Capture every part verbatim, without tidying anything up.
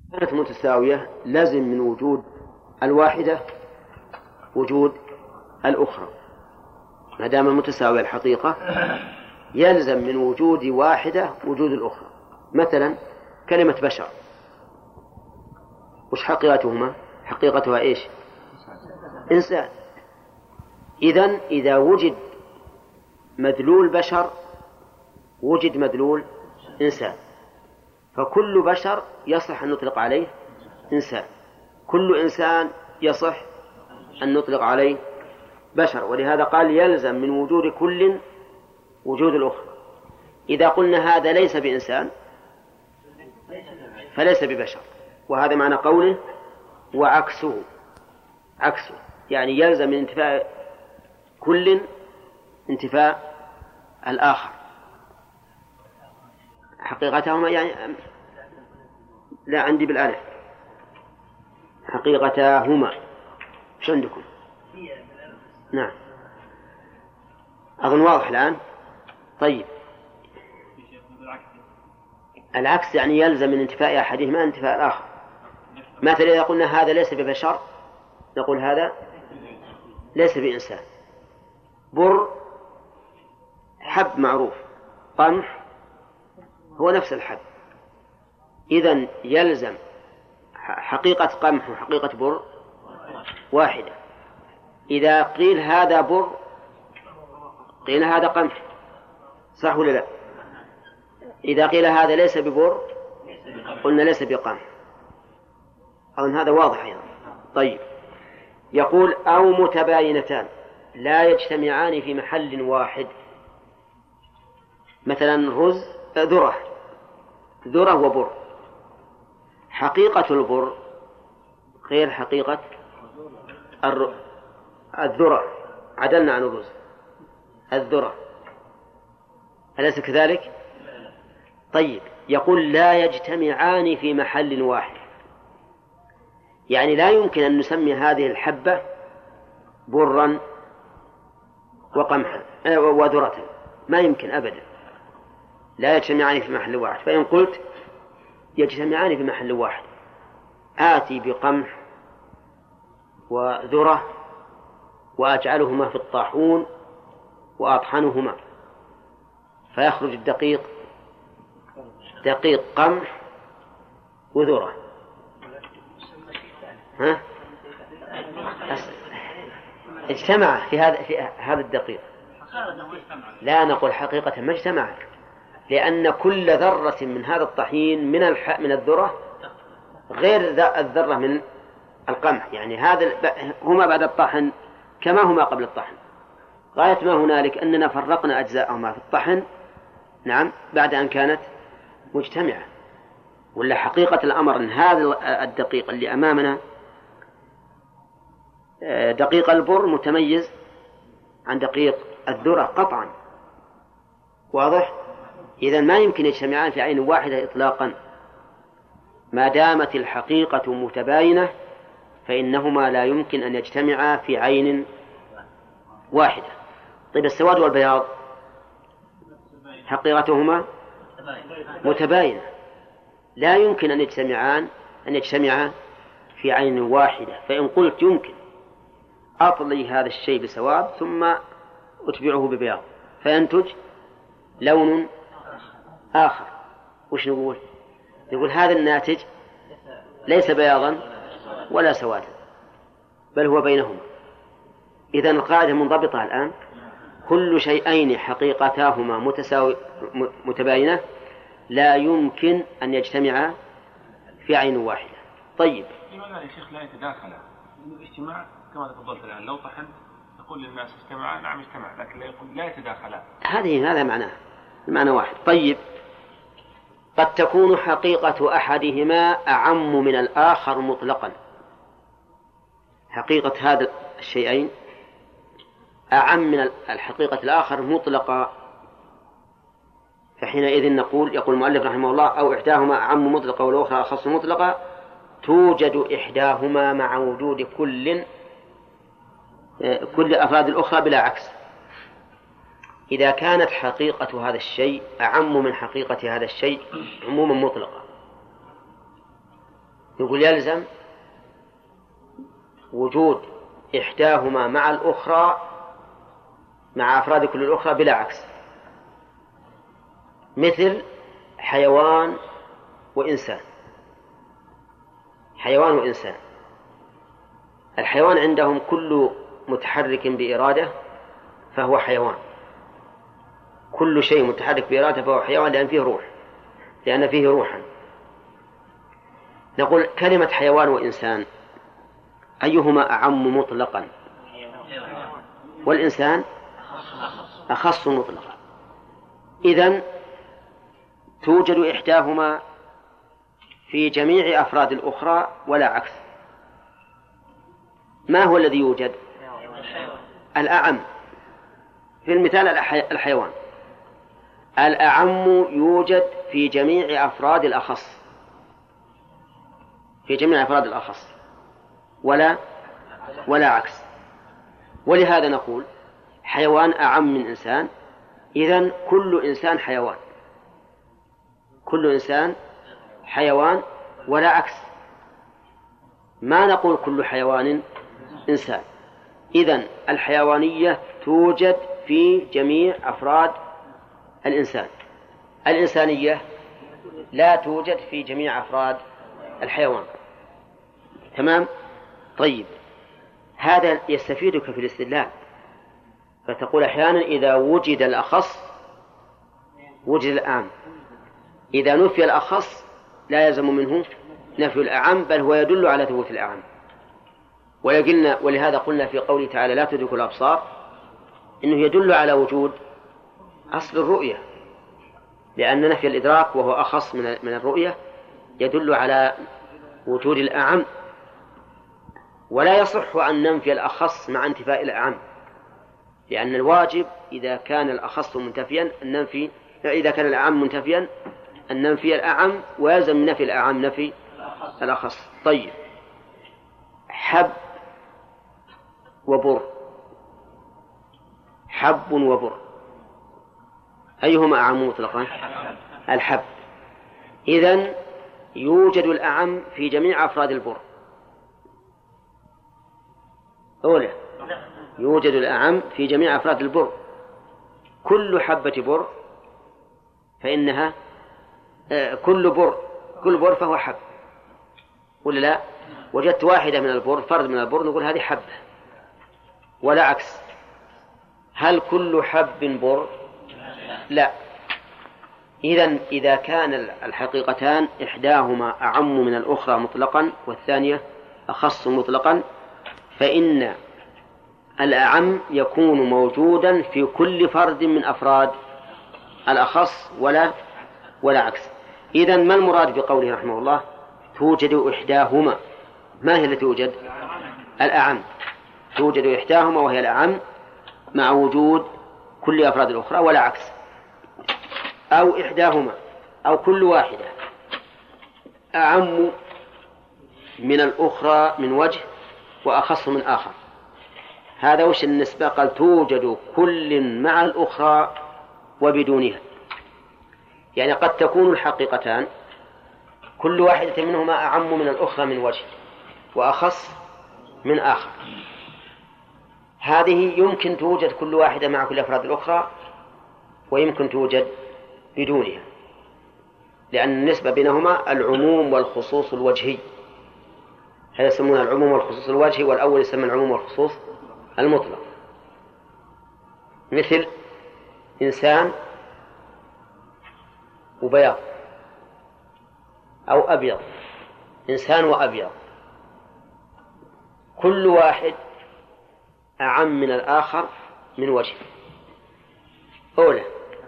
كانت متساوية لازم من وجود الواحدة وجود الأخرى. ما دام متساوية الحقيقة يلزم من وجود واحدة وجود الأخرى. مثلا كلمة بشر وش حقيقتهما؟ حقيقتها إيش؟ إنسان. إذن إذا وجد مدلول بشر وجد مدلول إنسان، فكل بشر يصح أن نطلق عليه إنسان، كل إنسان يصح أن نطلق عليه بشر. ولهذا قال يلزم من وجود كل وجود الأخرى. إذا قلنا هذا ليس بإنسان فليس ببشر، وهذا معنى قوله وعكسه، عكسه يعني يلزم من انتفاء كل انتفاء الآخر. حقيقتهما يعني لا عندي بالألف، حقيقتهما شو عندكم؟ نعم أظن واضح الآن. طيب العكس يعني يلزم من انتفاء أحدهما انتفاء الآخر. مثلا إذا قلنا هذا ليس ببشر نقول هذا ليس بإنسان. بر حب معروف، قمح هو نفس الحب، إذن يلزم حقيقة قمح وحقيقة بر واحدة. إذا قيل هذا بر قيل هذا قمح، صح ولا لا؟ إذا قيل هذا ليس ببر قلنا ليس بقمح. أظن هذا واضح أيضا. طيب يقول أو متباينتان لا يجتمعان في محل واحد. مثلا رز ذرة، ذرة وبر، حقيقة البر غير حقيقة الذرة، عدلنا عن الرز الذرة، أليس كذلك؟ طيب يقول لا يجتمعان في محل واحد، يعني لا يمكن أن نسمي هذه الحبة برا وقمحا وذرة، ما يمكن أبدا، لا يجتمعان في محل واحد. فإن قلت يجتمعان في محل واحد آتي بقمح وذرة وأجعلهما في الطاحون وأطحنهما فيخرج الدقيق دقيق قمح وذرة. ها؟ اجتمع في هذا في هذا الدقيق. لا نقول حقيقة ما اجتمع، لأن كل ذرة من هذا الطحين من الح... من الذرة غير الذرة من القمح، يعني هذا هما بعد الطحن كما هما قبل الطحن. غاية ما هنالك أننا فرقنا أجزاءهما في الطحن نعم بعد أن كانت مجتمعة. ولا حقيقة الأمر أن هذا الدقيق اللي أمامنا دقيق البر متميز عن دقيق الذرة قطعا، واضح؟ إذن ما يمكن يجتمعان في عين واحدة إطلاقا. ما دامت الحقيقة متباينة فإنهما لا يمكن أن يجتمعا في عين واحدة. طيب السواد والبياض حقيقتهما متباينة، لا يمكن أن يجتمعان أن يجتمعا في عين واحدة. فإن قلت يمكن أطلي هذا الشيء بسواد ثم أتبعه ببياض فينتج لون آخر، وش نقول؟ نقول هذا الناتج ليس بياضا ولا سوادا بل هو بينهما. إذن القاعدة منضبطة الآن، كل شيئين حقيقتاهما متساوي متباينة لا يمكن أن يجتمعا في عين واحدة. طيب لماذا يا شيخ لا يتداخل الاجتماع كما تفضلت الآن؟ لو طحن تقول للناس اجتمع، نعم اجتمع، لكن لا يقول لا يتداخلان. هذه هذا معناه المعنى واحد. طيب قد تكون حقيقة أحدهما أعم من الآخر مطلقا، حقيقة هذا الشيئين أعم من الحقيقة الآخر مطلقا، فحينئذ نقول يقول المؤلف رحمه الله أو إحداهما أعم مطلقا والأخرى أخص مطلقا توجد إحداهما مع وجود كل كل أفراد الأخرى بلا عكس. إذا كانت حقيقة هذا الشيء أعم من حقيقة هذا الشيء عموما مطلقا يقول يلزم وجود إحداهما مع الأخرى مع أفراد كل الأخرى بلا عكس، مثل حيوان وإنسان. حيوان وإنسان، الحيوان عندهم كل متحرك بإرادة فهو حيوان، كل شيء متحرك بإرادة فهو حيوان لأن فيه روح، لأن فيه روحا. نقول كلمة حيوان وإنسان أيهما أعم مطلقا؟ والإنسان أخص مطلقا. إذن توجد إحداهما في جميع أفراد الأخرى ولا عكس. ما هو الذي يوجد؟ الأعم. في المثال الحيوان، الأعم يوجد في جميع أفراد الأخص، في جميع أفراد الأخص ولا ولا عكس. ولهذا نقول حيوان أعم من إنسان، إذن كل إنسان حيوان، كل إنسان حيوان ولا عكس. ما نقول كل حيوان إنسان. إذن الحيوانية توجد في جميع أفراد الإنسان، الإنسانية لا توجد في جميع أفراد الحيوان. تمام؟ طيب، هذا يستفيدك في الاستدلال، فتقول أحيانا إذا وجد الأخص وجد الأعم، إذا نفي الأخص لا يلزم منه نفي الأعم، بل هو يدل على ثبوت الأعم. ويقلنا ولهذا قلنا في قوله تعالى لا تدرك الأبصار إنه يدل على وجود أصل الرؤية، لأن نفي الإدراك وهو أخص من من الرؤية يدل على وجود الأعم، ولا يصح أن ننفي الأخص مع انتفاء الأعم، لأن الواجب إذا كان الأخص منتفيا أن ننفي، إذا كان الأعم منتفيا أن ننفي الأعم، ويلزم من نفي الأعم نفي الأخص. طيب، حب وبر، حب وبر أيهما أعم مطلقا؟ الحب. إذن يوجد الأعم في جميع أفراد البر. أولا يوجد الأعم في جميع أفراد البر، كل حبة بر فإنها آه كل بر كل بر فهو حب، ولا لا؟ وجدت واحدة من البر، فرد من البر، نقول هذه حبة، ولا عكس. هل كل حب بر؟ لا. إذن إذا كان الحقيقتان إحداهما أعم من الأخرى مطلقا والثانية أخص مطلقا، فإن الأعم يكون موجودا في كل فرد من أفراد الأخص ولا ولا عكس. إذن ما المراد بقوله رحمه الله توجد إحداهما؟ ما هي التي توجد؟ الأعم. توجد إحداهما وهي الأعم مع وجود كل أفراد الأخرى ولا عكس، أو إحداهما أو كل واحدة أعم من الأخرى من وجه وأخص من آخر. هذا وش النسبة؟ قال توجد كل مع الأخرى وبدونها، يعني قد تكون الحقيقتان كل واحدة منهما أعم من الأخرى من وجه وأخص من آخر. هذه يمكن توجد كل واحدة مع كل أفراد الأخرى، ويمكن توجد بدونها، لأن النسبة بينهما العموم والخصوص الوجهي، هذا يسمونه العموم والخصوص الوجهي، والأول يسمى العموم والخصوص المطلق. مثل إنسان وبياض، أو أبيض، إنسان وأبيض، كل واحد أعم من الآخر من وجه. أولى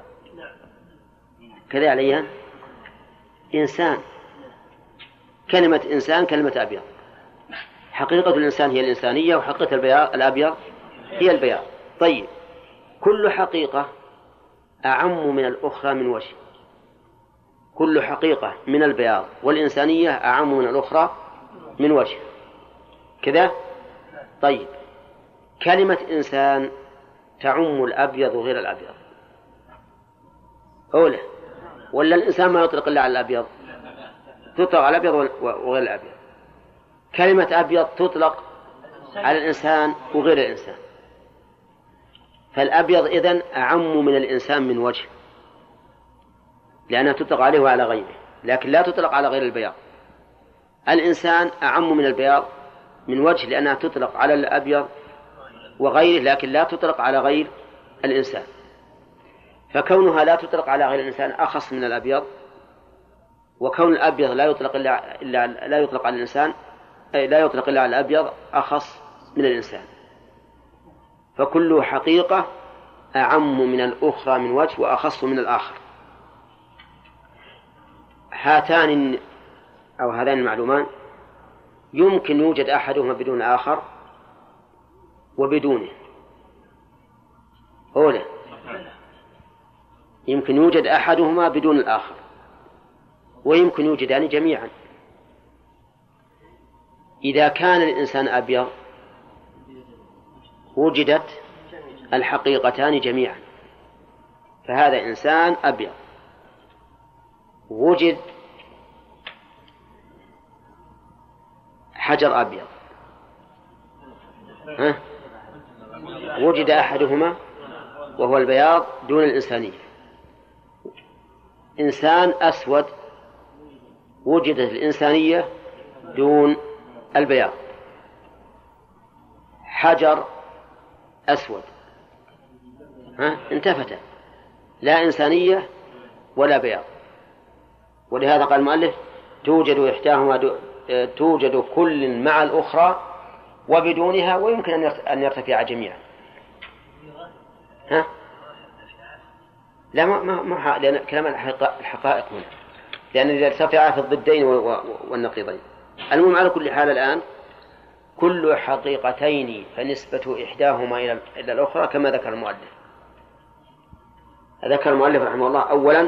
كذا عليها إنسان، كلمة إنسان كلمة أبيض، حقيقة الإنسان هي الإنسانية، وحقيقة البياض الأبيض هي البياض. طيب، كل حقيقة أعم من الأخرى من وجه، كل حقيقة من البياض والإنسانية أعم من الأخرى من وجه كذا. طيب، كلمة إنسان تعم الأبيض وغير الأبيض، أولى ولا الإنسان ما يطلق إلا على الأبيض؟ تطلق على الأبيض وغير الأبيض. كلمة أبيض تطلق على الإنسان وغير الإنسان، فالأبيض إذن أعم من الإنسان من وجه، لأنها تطلق عليه وعلى غيره، لكن لا تطلق على غير البياض. الإنسان أعم من البياض من وجه، لأنها تطلق على الأبيض وغيره، لكن لا تطلق على غير الإنسان. فكونها لا تطلق على غير الإنسان أخص من الأبيض، وكون الأبيض لا يطلق إلا, إلا لا يطلق على الإنسان أي لا يطلق إلا على الأبيض أخص من الإنسان. فكل حقيقة أعم من الأخرى من وجه وأخص من الآخر. هاتان أو هذان المعلومان يمكن يوجد أحدهما بدون الآخر وبدونه. أولا يمكن يوجد أحدهما بدون الآخر، ويمكن يوجدان جميعا. إذا كان الإنسان أبيض وجدت الحقيقتان جميعا، فهذا إنسان أبيض. وجد حجر أبيض، ها؟ وجد أحدهما وهو البياض دون الإنسانية. إنسان أسود وجدت الإنسانية دون البياض. حجر أسود، ها؟ انتفت، لا إنسانية ولا بياض. ولهذا قال المؤلف توجد إحداهما توجد كل مع الأخرى وبدونها، ويمكن أن يرتفع جميعا. ها؟ لا ما ما ما لأن كلام الحقائق هنا، لأن إذا ارتفع في الضدين والنقيضين. المهم على كل حال الآن كل حقيقتين فنسبة إحداهما إلى الأخرى كما ذكر المؤلف. ذكر المؤلف رحمه الله أولا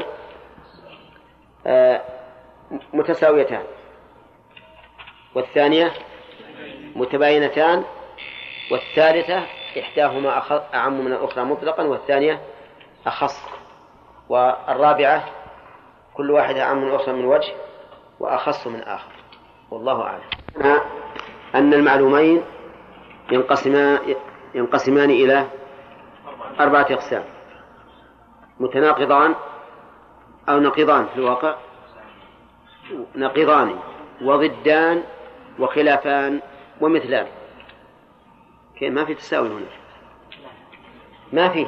متساويتان، والثانية متباينتان، والثالثة إحداهما أعم من الأخرى مطلقا والثانية أخص، والرابعة كل واحدة أعم من الأخرى من وجه وأخص من آخر. والله أعلم. أن المعلومين ينقسمان ينقسمان إلى أربعة أقسام: متناقضان أو نقيضان في الواقع، نقيضان وضدان وخلافان ومثلان. ما في تساوي هنا، ما في.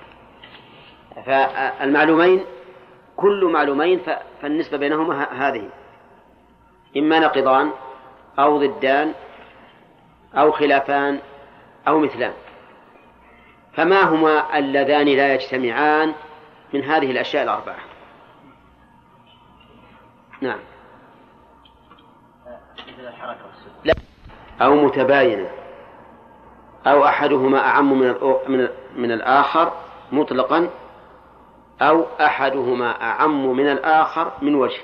فالمعلومين كل معلومين فالنسبة بينهما هذه، إما نقيضان أو ضدان أو خلافان أو مثلان. فما هما اللذان لا يجتمعان من هذه الأشياء الأربعة؟ نعم. لا. أو متباينة، أو أحدهما أعم من من الآخر مطلقا، أو أحدهما أعم من الآخر من وجه.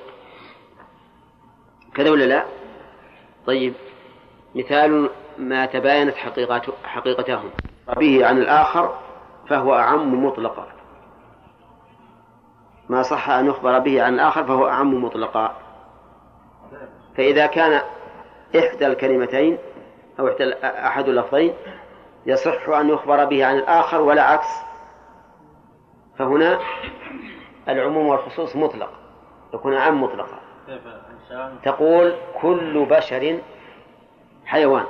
كذا ولا لا؟ طيب، مثال ما تباينت حقيقتهم به عن الآخر فهو أعم مطلقا. ما صح أن يخبر به عن الآخر فهو أعم مطلقا. فإذا كان إحدى الكلمتين أو إحدى أحد اللفظين يصح أن يخبر به عن الآخر ولا عكس، فهنا العموم والخصوص مطلق، يكون أعم مطلقا. تقول كل بشر حيوان،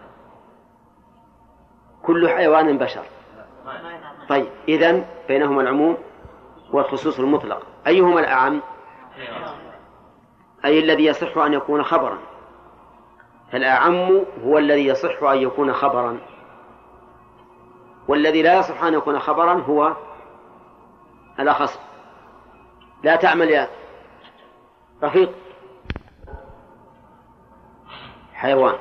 كل حيوان بشر. طيب، إذن بينهما العموم والخصوص المطلق، أيهما الأعم؟ أي الذي يصح أن يكون خبرا، فالأعم هو الذي يصح أن يكون خبرا، والذي لا يصح أن يكون خبرا هو الأخص. لا تعمل يا رفيق. حيوان،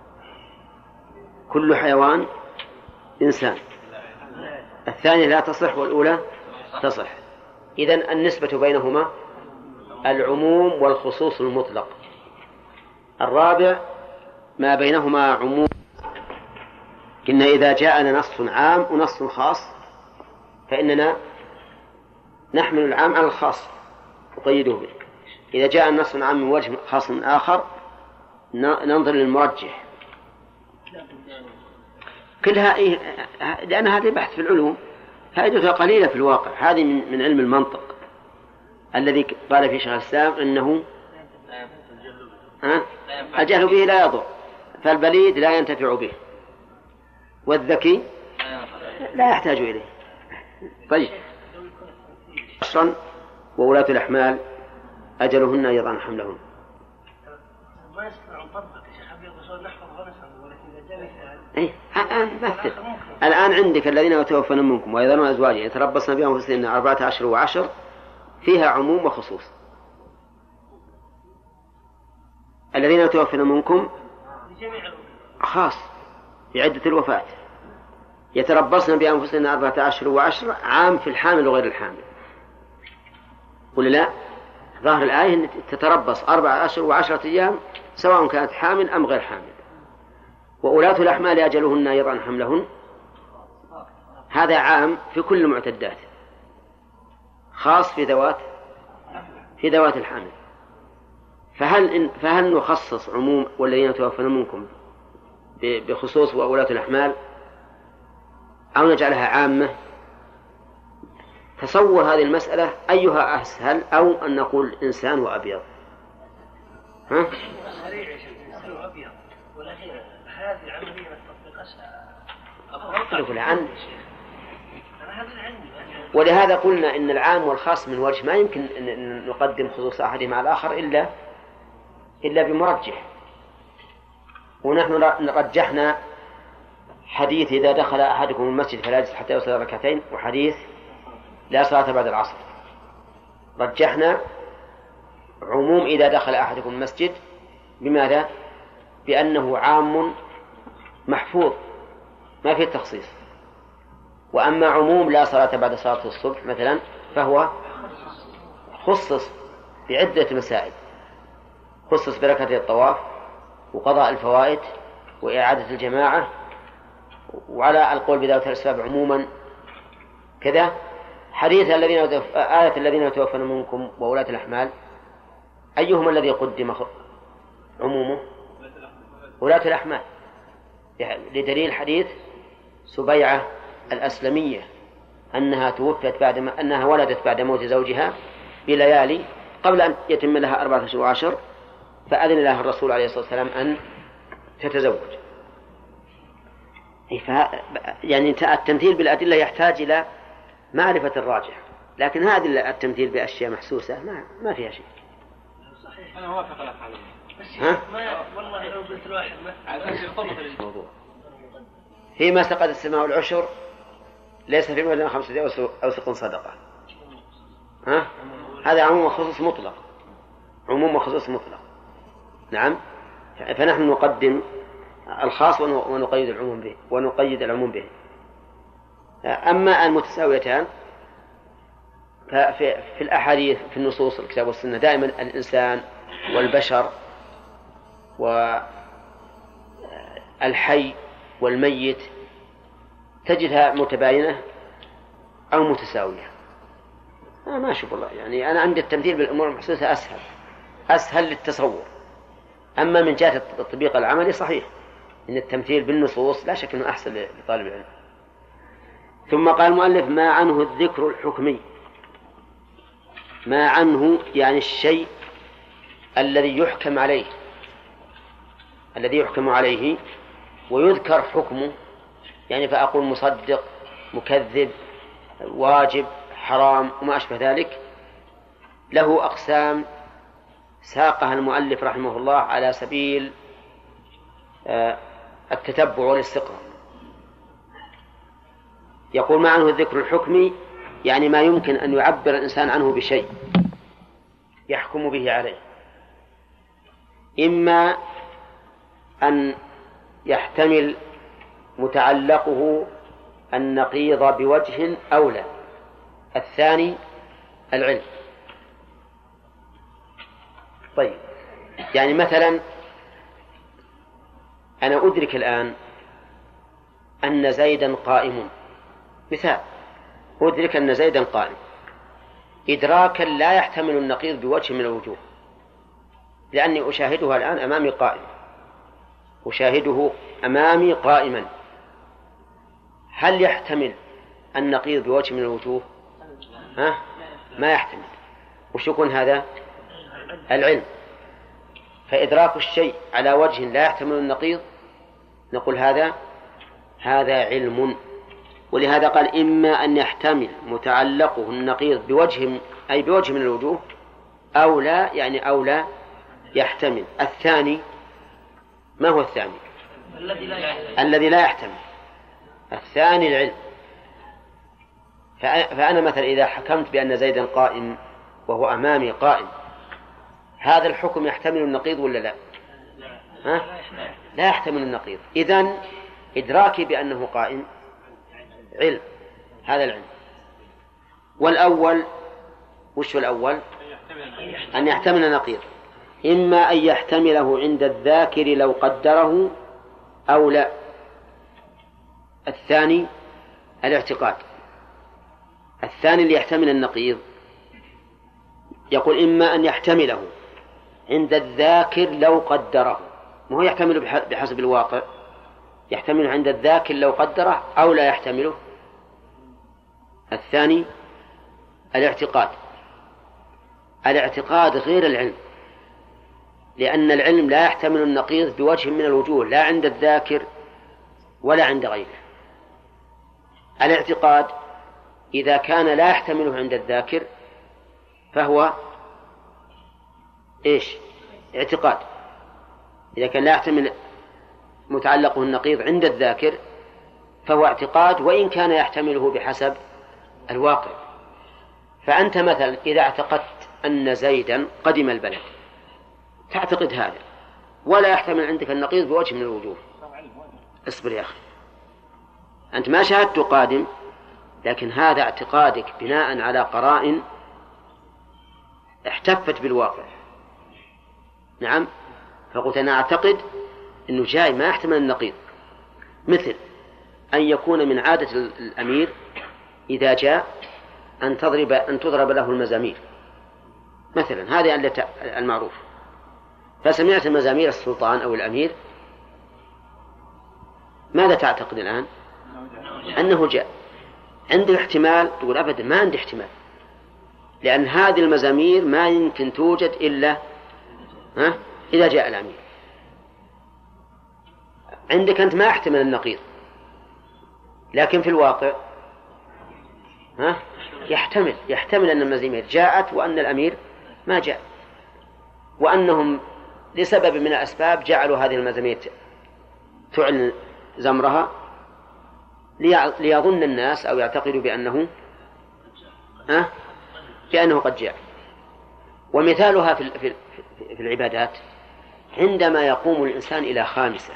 كل حيوان إنسان. الثانية لا تصح والأولى تصح. إذن النسبة بينهما العموم والخصوص المطلق. الرابع ما بينهما عموم، إن إذا جاءنا نص عام ونص خاص فإننا نحمل العام على الخاص وقيده به. إذا جاء النص عام من وجه خاص من آخر ننظر للمرجح. كلها إيه؟ لأن هذا بحث في العلوم فائدتها قليلة في الواقع. هذه من علم المنطق الذي قال فيه شيخ الإسلام إنه الجهل به لا يضر، فالبليد لا ينتفع به والذكي لا يحتاج إليه. طيب عشرا وولاة الأحمال أجلهن يضعن حملهن. ما يستطيع نطبق يا شيخ أبيض وصول نحفظ ونسأل، ولكن إذا جاء مثال إيه الآن مثل الآن عندك الذين يتوفون منكم ويذرون أزواجا يتربصن بأنفسهن أربعة أشهر وعشر فيها عموم وخصوص. الذين يتوفون منكم خاص بعدة الوفاة، يتربصن بأنفسهن أربعة أشهر وعشر، عام في الحامل وغير الحامل. قل لا، ظاهر الآية تتربص أربعة أشهر وعشرة أيام سواء كانت حامل أم غير حامل. وأولاة الأحمال أجلهن يضعن حملهن، هذا عام في كل المعتدات، خاص في ذوات في ذوات الحامل. فهل إن فهل نخصص عموم والذين يتوفون منكم بخصوص وأولاة الأحمال أو نجعلها عامة؟ تصور هذه المسألة أيها أسهل، أو أن نقول إنسان وأبيض؟ ها؟ هذه العملية التطبيق أسهل. ولهذا قلنا إن العام والخاص من وجه ما يمكن أن نقدم خصوص أحدهم على الآخر إلا إلا بمرجح. ونحن رجحنا حديث إذا دخل أحدكم المسجد فلا يجلس حتى يصلي ركعتين، وحديث لا صلاة بعد العصر. رجحنا عموم إذا دخل أحدكم المسجد، بماذا؟ بأنه عام محفوظ ما فيه تخصيص. وأما عموم لا صلاة بعد صلاة الصبح مثلا فهو خصص بعدة مسائل، خصص بركة الطواف وقضاء الفوائد وإعادة الجماعة، وعلى القول بذات الأسباب عموما كذا. حديث الذين آية الذين يتوفون منكم وولاة الأحمال، أيهما الذي قدم عمومه؟ ولاة الأحمال، لدليل حديث سبيعة الأسلمية أنها توفت بعد ما أنها ولدت بعد موت زوجها بليالي قبل أن يتم لها أربعة أشهر وعشر، فأذن لها الرسول عليه الصلاة والسلام أن تتزوج. يعني التمثيل بالأدلة يحتاج إلى معرفة الراجح، لكن هذا التمثيل بأشياء محسوسة ما ما فيها شيء. صحيح. أنا موافق لك عليه. ها؟ ما والله لو قلت الواحد ما الموضوع فيما سقط السماء العشر ليس في مدن خمسة أو سق صدقة. ها؟ هذا عموم وخصوص مطلق، عموم وخصوص مطلق. نعم. فنحن نقدم الخاص ونقيد العموم به ونقيد العموم به. أما المتساويتان ففي في الأحاديث في النصوص الكتاب والسنة دائما الإنسان والبشر والحي والميت تجدها متباينة أو متساوية. أنا ما أشوف والله، يعني أنا عندي التمثيل بالأمور المحسوسة أسهل أسهل للتصور. أما من جهة التطبيق العملي صحيح إن التمثيل بالنصوص لا شك أنه أحسن لطالب العلم. ثم قال المؤلف ما عنه الذكر الحكمي. ما عنه يعني الشيء الذي يحكم عليه الذي يحكم عليه ويذكر حكمه، يعني فأقول مصدق مكذب واجب حرام وما أشبه ذلك، له أقسام ساقها المؤلف رحمه الله على سبيل التتبع والاستقراء. يقول ما عنه الذكر الحكمي يعني ما يمكن أن يعبر الإنسان عنه بشيء يحكم به عليه، إما أن يحتمل متعلقه النقيض بوجه أو لا، الثاني العلم. طيب يعني مثلا أنا أدرك الآن أن زيدا قائم، مثال أدرك أن زيدا قائم إدراكا لا يحتمل النقيض بوجه من الوجوه، لأني أشاهدها الآن أمامي قائم، أشاهده أمامي قائما. هل يحتمل النقيض بوجه من الوجوه؟ ها؟ ما يحتمل. وش يكون هذا؟ العلم. فإدراك الشيء على وجه لا يحتمل النقيض نقول هذا هذا علم. ولهذا قال إما أن يحتمل متعلقه النقيض بوجه أي بوجه من الوجوه أو لا، يعني أو لا يحتمل. الثاني ما هو الثاني؟ الذي لا يحتمل. الثاني العلم. فأنا مثلا إذا حكمت بأن زيدا قائم وهو أمامي قائم، هذا الحكم يحتمل النقيض ولا لا؟ ها؟ لا يحتمل النقيض. إذن إدراكي بأنه قائم علم، هذا العلم. والأول وش الأول؟ أن يحتمل النقيض، إما أن يحتمله عند الذاكر لو قدره أو لا. الثاني الاعتقاد. الثاني اللي يحتمل النقيض يقول إما أن يحتمله عند الذاكر لو قدره، ما هو يحتمله بحسب الواقع، يحتمله عند الذاكر لو قدره أو لا يحتمله. الثاني الاعتقاد. الاعتقاد غير العلم، لأن العلم لا يحتمل النقيض بوجه من الوجوه، لا عند الذاكر ولا عند غيره. الاعتقاد إذا كان لا يحتمله عند الذاكر فهو إيش؟ اعتقاد. إذا كان لا يحتمل متعلقه النقيض عند الذاكر فهو اعتقاد، وإن كان يحتمله بحسب الواقع. فأنت مثلا إذا اعتقدت أن زيدا قدم البلد، تعتقد هذا ولا يحتمل عندك النقيض بوجه من الوجوه. اصبر يا أخي، أنت ما شاهدت قادم، لكن هذا اعتقادك بناء على قرائن احتفت بالواقع. نعم. فقلت أنا أعتقد أنه جاي ما يحتمل النقيض، مثل أن يكون من عادة الأمير إذا جاء أن تضرب أن تضرب له المزامير مثلا، هذه المعروف. فسمعت مزامير السلطان أو الأمير، ماذا تعتقد الآن؟ أنه جاء. عنده احتمال؟ تقول أبدا ما عندي احتمال، لأن هذه المزامير ما يمكن توجد إلا ها إذا جاء الأمير. عندك أنت ما يحتمل النقيض، لكن في الواقع ها يحتمل يحتمل أن المزامير جاءت وأن الأمير ما جاء، وأنهم لسبب من الأسباب جعلوا هذه المزامير تعلن زمرها ليظن الناس أو يعتقدوا بأنه أه؟ بأنه قد جاء. ومثالها في في العبادات عندما يقوم الإنسان إلى خامسة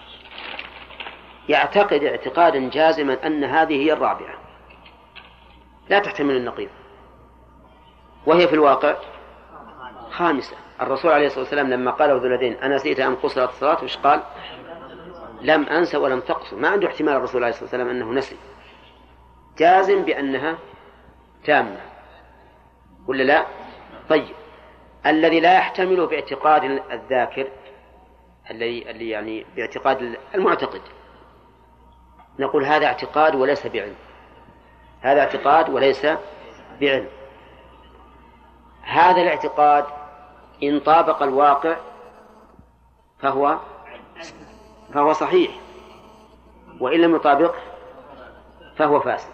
يعتقد اعتقادا جازما أن هذه هي الرابعة، لا تحتمل النقيض، وهي في الواقع خامسة. الرسول عليه الصلاة والسلام لما قال ذو اليدين أنسيت أم قصرت الصلاة وش قال؟ لم أنس ولم تقصر. ما عنده احتمال الرسول عليه الصلاة والسلام أنه نسي، جازم بأنها تامة ولا لا؟ طيب الذي لا يحتمله باعتقاد الذاكر، الذي اللي يعني باعتقاد المعتقد، نقول هذا اعتقاد وليس بعلم، هذا اعتقاد وليس بعلم. هذا الاعتقاد إن طابق الواقع فهو فهو صحيح، وإن لم يطابق فهو فاسد.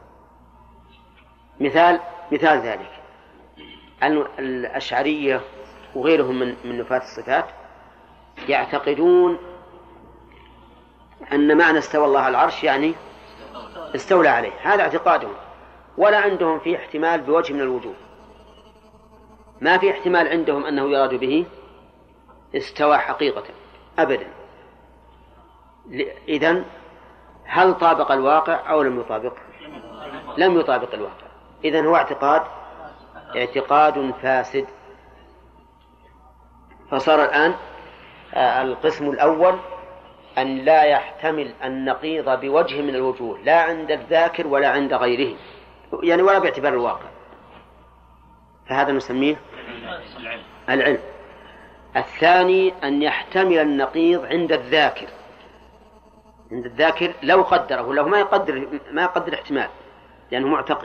مثال مثال ذلك أن الأشعرية وغيرهم من من نفاة الصفات يعتقدون أن معنى استوى الله على العرش يعني استولى عليه، هذا اعتقادهم، ولا عندهم فيه احتمال بوجه من الوجوه. ما في احتمال عندهم أنه يراد به استوى حقيقة أبدا. إذن هل طابق الواقع أو لم يطابق؟ لم يطابق الواقع. إذن هو اعتقاد اعتقاد فاسد. فصار الآن القسم الأول أن لا يحتمل النقيض بوجه من الوجوه، لا عند الذاكر ولا عند غيره، يعني ولا باعتبار الواقع، فهذا نسميه العلم. الثاني أن يحتمل النقيض عند الذاكر، عند الذاكر لو قدره، لو ما يقدر ما يقدر احتمال لأنه معتقد،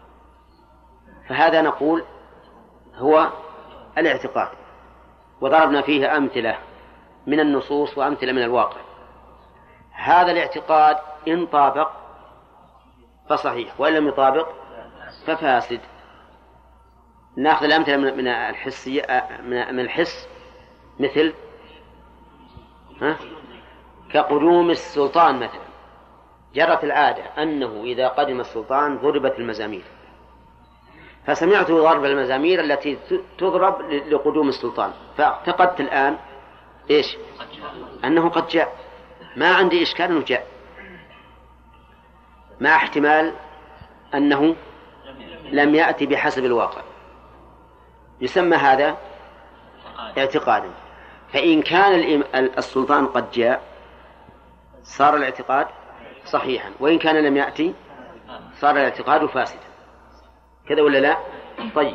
فهذا نقول هو الاعتقاد. وضربنا فيه أمثلة من النصوص وأمثلة من الواقع. هذا الاعتقاد إن طابق فصحيح وإن لم يطابق ففاسد. نأخذ الأمثلة من الحسية من الحس، مثل ها؟ كقدوم السلطان مثلا، جرت العادة أنه إذا قدم السلطان ضربت المزامير، فسمعت ضرب المزامير التي تضرب لقدوم السلطان، فاعتقدت الآن إيش؟ أنه قد جاء، ما عندي إشكال أنه جاء، مع احتمال أنه لم يأتي بحسب الواقع، يسمى هذا اعتقادا. فإن كان السلطان قد جاء صار الاعتقاد صحيحا، وإن كان لم يأتي صار الاعتقاد فاسدا، كذا ولا لا؟ طيب،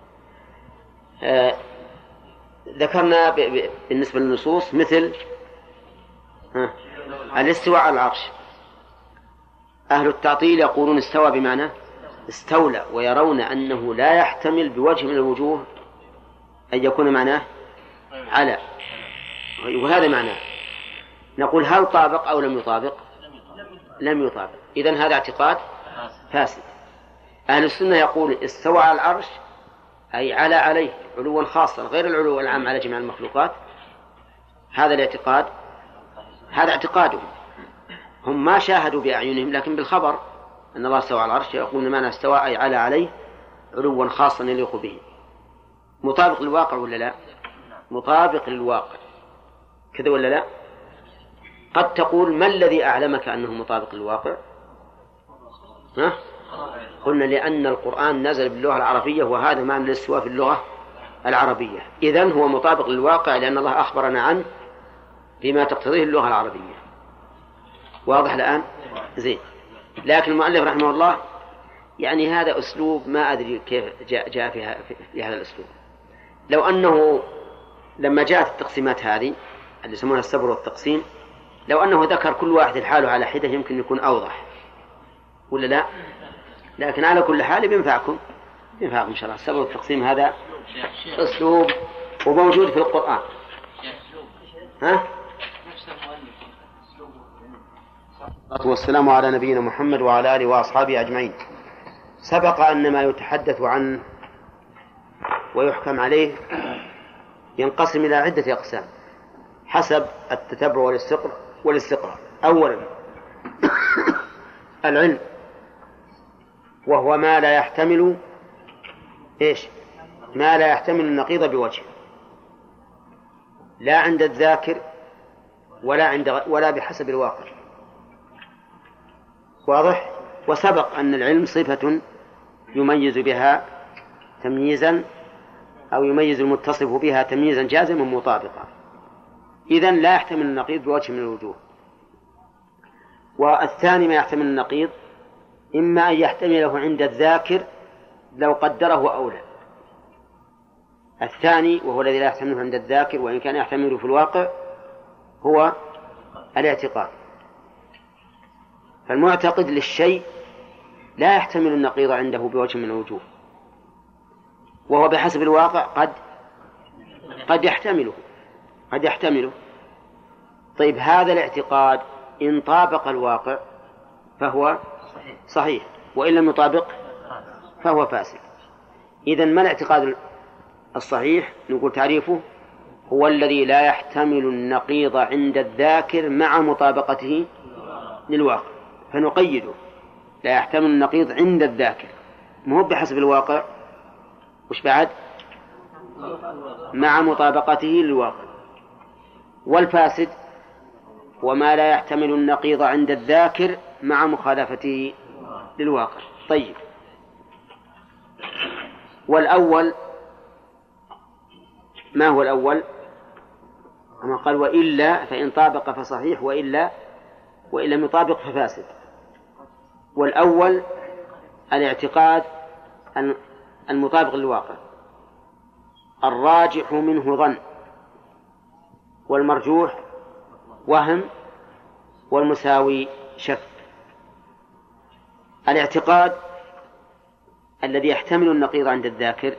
آه ذكرنا ب... ب... بالنسبة للنصوص مثل ها الاستواء على العرش. أهل التعطيل يقولون استوى بمعنى استولى، ويرون أنه لا يحتمل بوجه من الوجوه أن يكون معناه على، وهذا معناه. نقول هل طابق أو لم يطابق؟ لم يطابق، إذن هذا اعتقاد فاسد. أهل السنة يقول استوى على العرش أي على عليه علوا خاصا غير العلو العام على جميع المخلوقات. هذا الاعتقاد هذا اعتقادهم، هم ما شاهدوا بأعينهم لكن بالخبر أن الله استوى على العرش يقولون معنى استوى أي على عليه علوا خاصا يليق به. مطابق للواقع ولا لا؟ مطابق للواقع، كذا ولا لا؟ قد تقول ما الذي أعلمك أنه مطابق للواقع؟ ها؟ قلنا لأن القرآن نزل باللغة العربية، وهذا معنى الاستواء في اللغة العربية، إذن هو مطابق للواقع لأن الله أخبرنا عنه بما تقتضيه اللغة العربية. واضح الآن؟ زين. لكن المؤلف رحمه الله يعني هذا أسلوب ما أدري كيف جاء, جاء في, في هذا الأسلوب. لو أنه لما جاءت التقسيمات هذه اللي يسمونها السبر والتقسيم، لو أنه ذكر كل واحد الحال على حدة يمكن يكون أوضح ولا لا؟ لكن على كل حال بينفعكم بينفعكم إن شاء الله. السبر والتقسيم هذا أسلوب وموجود في القرآن. ها؟ والسلام على نبينا محمد وعلى آله وأصحابه أجمعين. سبق أن ما يتحدث عنه ويحكم عليه ينقسم إلى عدة أقسام حسب التتبع والاستقراء. أولا العلم، وهو ما لا يحتمل إيش؟ ما لا يحتمل النقيض بوجه، لا عند الذاكر ولا عند ولا بحسب الواقع. واضح؟ وسبق أن العلم صفة يميز بها تمييزا أو يميز المتصف بها تمييزا جازما مطابقا، إذن لا يحتمل النقيض بوجه من الوجوه. والثاني ما يحتمل النقيض إما أن يحتمله عند الذاكر لو قدره أو لا. الثاني وهو الذي لا يحتمله عند الذاكر وإن كان يحتمله في الواقع هو الاعتقاد. فالمعتقد للشيء لا يحتمل النقيض عنده بوجه من الوجوه، وهو بحسب الواقع قد قد يحتمله قد يحتمله طيب هذا الاعتقاد إن طابق الواقع فهو صحيح، وإن لم يطابق فهو فاسد. إذن ما الاعتقاد الصحيح؟ نقول تعريفه هو الذي لا يحتمل النقيض عند الذاكر مع مطابقته للواقع، فنقيده لا يحتمل النقيض عند الذاكر، مو بحسب الواقع، وش بعد؟ مع مطابقته للواقع. والفاسد وما لا يحتمل النقيض عند الذاكر مع مخالفته للواقع. طيب، والأول ما هو الأول؟ كما قال وإلا فإن طابق فصحيح وإلا وإن لم يطابق ففاسد. والأول الاعتقاد المطابق للواقع، الراجح منه ظن والمرجوح وهم والمساوي شك. الاعتقاد الذي يحتمل النقيض عند الذاكر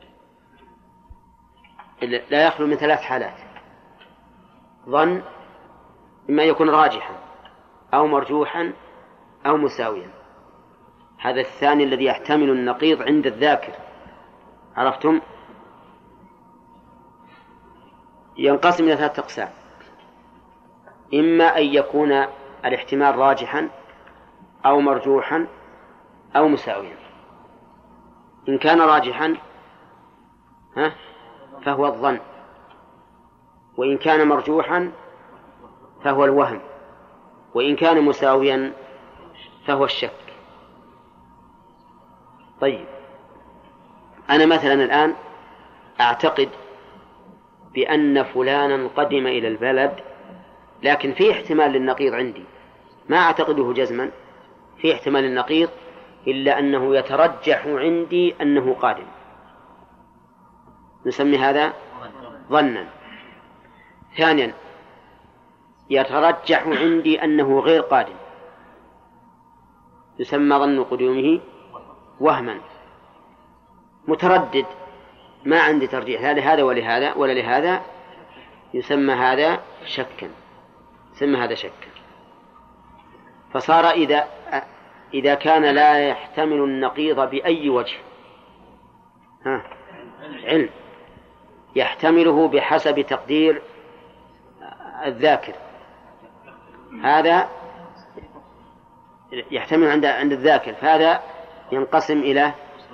لا يخلو من ثلاث حالات: ظن، إما يكون راجحا أو مرجوحا أو مساويا. هذا الثاني الذي يحتمل النقيض عند الذاكر. عرفتم؟ ينقسم إلى ثلاثة أقسام: إما أن يكون الاحتمال راجحا أو مرجوحا أو مساويا. إن كان راجحا ها فهو الظن، وإن كان مرجوحا فهو الوهم، وإن كان مساويا فهو الشك. طيب، أنا مثلا الآن أعتقد بأن فلانا قدم إلى البلد، لكن في احتمال للنقيض عندي، ما أعتقده جزما، في احتمال للنقيض إلا أنه يترجح عندي أنه قادم، نسمي هذا ظنا. ثانيا، يترجح عندي أنه غير قادم، يسمى ظن قدومه وهما. متردد، ما عندي ترجيح لا لهذا ولهذا ولا لهذا، يسمى هذا شكا، يسمى هذا شكا. فصار إذا إذا كان لا يحتمل النقيض بأي وجه ها علم، يحتمله بحسب تقدير الذاكر، هذا يحتمل عند عند الذاكر، فهذا ينقسم إلى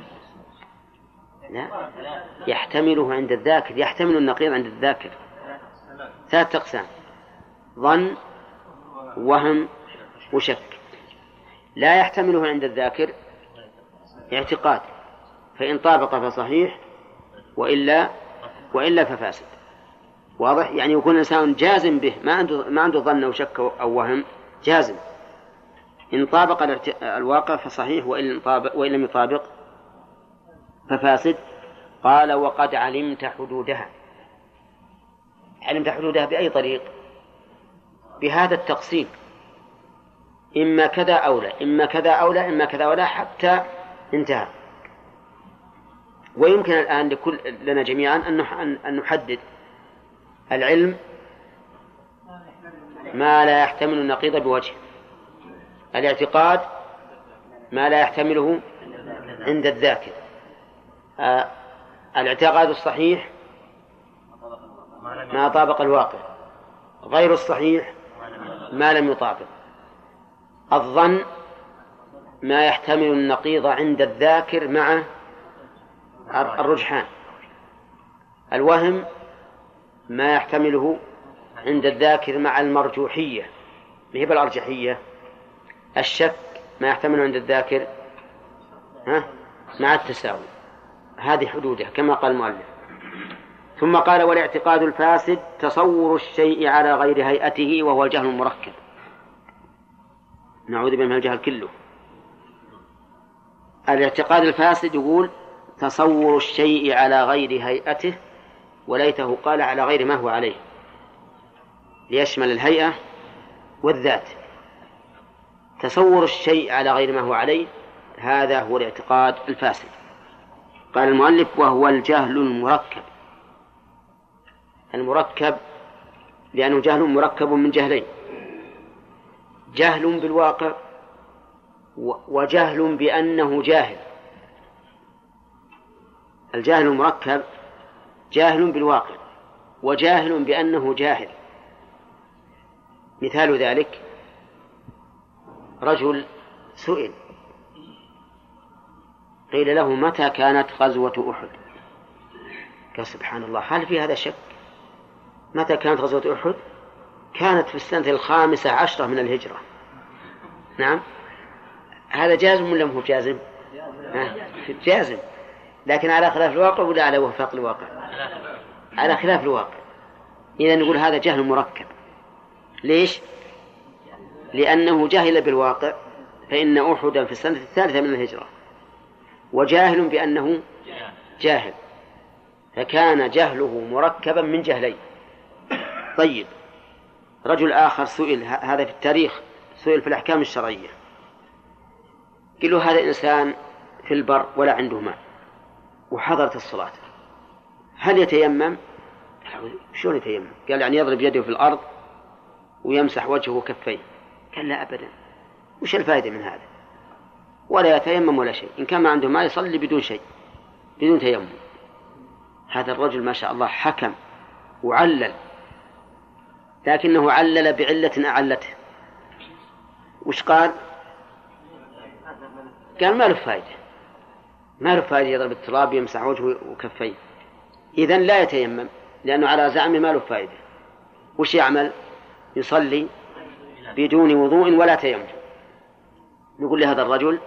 لا يحتمله عند الذاكر، يحتمل النقيض عند الذاكر ثلاثة أقسام: ظن، وهم، وشك. لا يحتمله عند الذاكر اعتقاد، فإن طابق فصحيح وإلا وإلا ففاسد. واضح؟ يعني يكون الإنسان جازم به، ما عنده ما عنده ظن أو شك أو وهم، جازم. إن طابق الواقع فصحيح، وإن طابق وإن لم يطابق ففاسد. قال: وقد علمت حدودها. علمت حدودها بأي طريق؟ بهذا التقسيم، إما كذا أو لا، إما كذا أو لا، إما كذا ولا، حتى انتهى. ويمكن الآن لكل لنا جميعا أن نحدد العلم ما لا يحتمل النقيض بوجه، الاعتقاد ما لا يحتمله عند الذاكر، آه الاعتقاد الصحيح ما طابق الواقع، غير الصحيح ما لم يطابق، الظن ما يحتمل النقيض عند الذاكر مع الرجحان، الوهم ما يحتمله عند الذاكر مع المرجوحية هي بالأرجحية، الشك ما يحتمله عند الذاكر ها مع التساوي. هذه حدوده كما قال المؤلف. ثم قال: والاعتقاد الفاسد تصور الشيء على غير هيئته وهو الجهل المركب. نعوذ بالله من الجهل كله. الاعتقاد الفاسد يقول تصور الشيء على غير هيئته، وليته قال على غير ما هو عليه، ليشمل الهيئة والذات. تصور الشيء على غير ما هو عليه هذا هو الاعتقاد الفاسد. قال المؤلف: وهو الجهل المركب. المركب لأنه جهل مركب من جهلين: جهل بالواقع وجهل بأنه جاهل. الجهل المركب جاهل بالواقع وجاهل بأنه جاهل. مثال ذلك: رجل سئل قيل له: متى كانت غزوة أحد؟ قال: سبحان الله، هل في هذا شك؟ متى كانت غزوة أحد؟ كانت في السنة الخامسة عشرة من الهجرة. نعم، هذا جازم ولا مو جازم؟ جازم، لكن على خلاف الواقع ولا على وفاق الواقع؟ على خلاف الواقع. إذا نقول هذا جهل مركب. ليش؟ لأنه جاهل بالواقع، فإن أحدا في السنة الثالثة من الهجرة، وجاهل بأنه جاهل، فكان جهله مركبا من جهلين. طيب، رجل آخر سئل، هذا في التاريخ، سئل في الأحكام الشرعية، قال له هذا إنسان في البر ولا عنده ماء وحضرت الصلاة، هل يتيمم؟ شلون يتيمم؟ قال يعني يضرب يده في الأرض ويمسح وجهه وكفيه. قال لا أبدا، وش الفائدة من هذا؟ ولا يتيمم ولا شيء، إن كان ما عنده ماء يصلي بدون شيء، بدون تيمم. هذا الرجل ما شاء الله حكم وعلل، لكنه علل بعلة أعلته. وش قال؟ قال ما له فائدة، ما له فائدة يضرب التراب يمسح وجهه وكفيه، إذن لا يتيمم، لأنه على زعمه ما له فائدة. وش يعمل؟ يصلي بدون وضوء ولا تيمم. نقول لهذا الرجل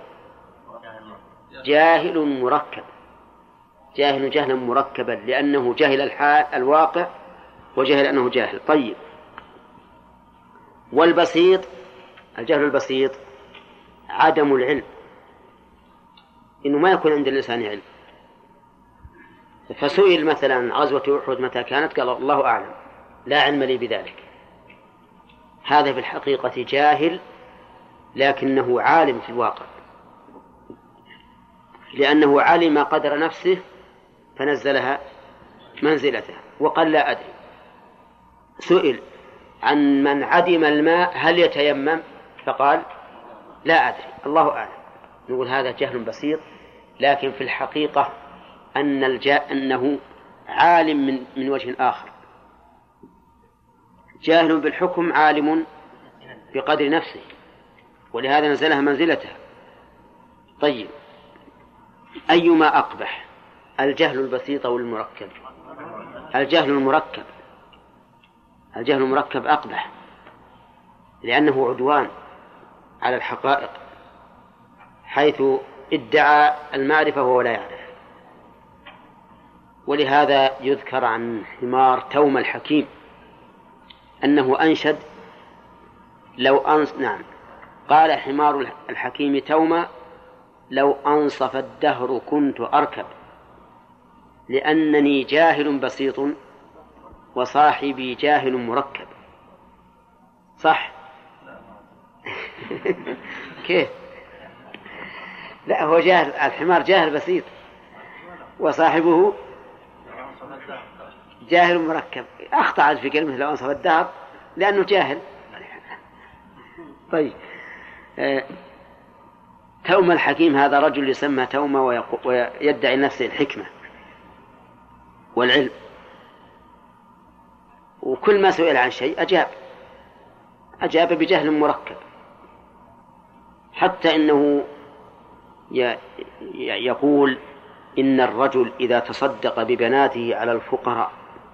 جاهل مركب، جاهل جهلا مركبا، لأنه جهل الحال الواقع وجهل أنه جاهل. طيب، والبسيط، الجهل البسيط عدم العلم، إنه ما يكون عند الإنسان علم. فسئل مثلا غزوة أحد متى كانت؟ قال الله أعلم، لا علم لي بذلك. هذا في الحقيقة جاهل لكنه عالم في الواقع، لأنه علم قدر نفسه فنزلها منزلته وقال لا أدري. سئل عن من عدم الماء هل يتيمم؟ فقال لا أدري، الله أعلم. نقول هذا جهل بسيط، لكن في الحقيقة أن الجاء أنه عالم من, من وجه آخر، جاهل بالحكم عالم بقدر نفسه، ولهذا نزلها منزلته. طيب، أيما أقبح، الجهل البسيط أو المركب؟ الجهل المركب، الجهل المركب أقبح، لأنه عدوان على الحقائق، حيث ادعى المعرفة وهو لا يعرف. ولهذا يذكر عن حمار توم الحكيم أنه أنشد لو أنص نعم قال حمار الحكيم توما لو أنصف الدهر كنت أركب، لأنني جاهل بسيط وصاحبي جاهل مركب. صح؟ كيف؟ لا، هو جاهل، الحمار جاهل بسيط وصاحبه جاهل مركب. أخطأ في كلمة لو أنصف الدهر لأنه جاهل. طيب، توم الحكيم هذا رجل يسمى توما ويدعي نفسه الحكمة والعلم، وكل ما سئل عن شيء أجاب أجاب بجهل مركب، حتى إنه يقول إن الرجل إذا تصدق ببناته على الفقراء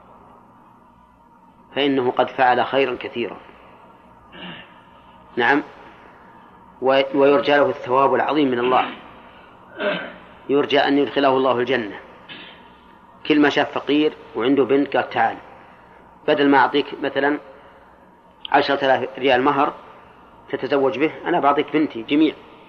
فإنه قد فعل خيرا كثيرا. نعم، ويرجى له الثواب العظيم من الله، يرجى أن يدخله الله الجنة. كل ما شاف فقير وعنده بنت قال تعال، بدل ما أعطيك مثلا عشرة آلاف ريال مهر تتزوج به، أنا بعطيك بنتي جميع.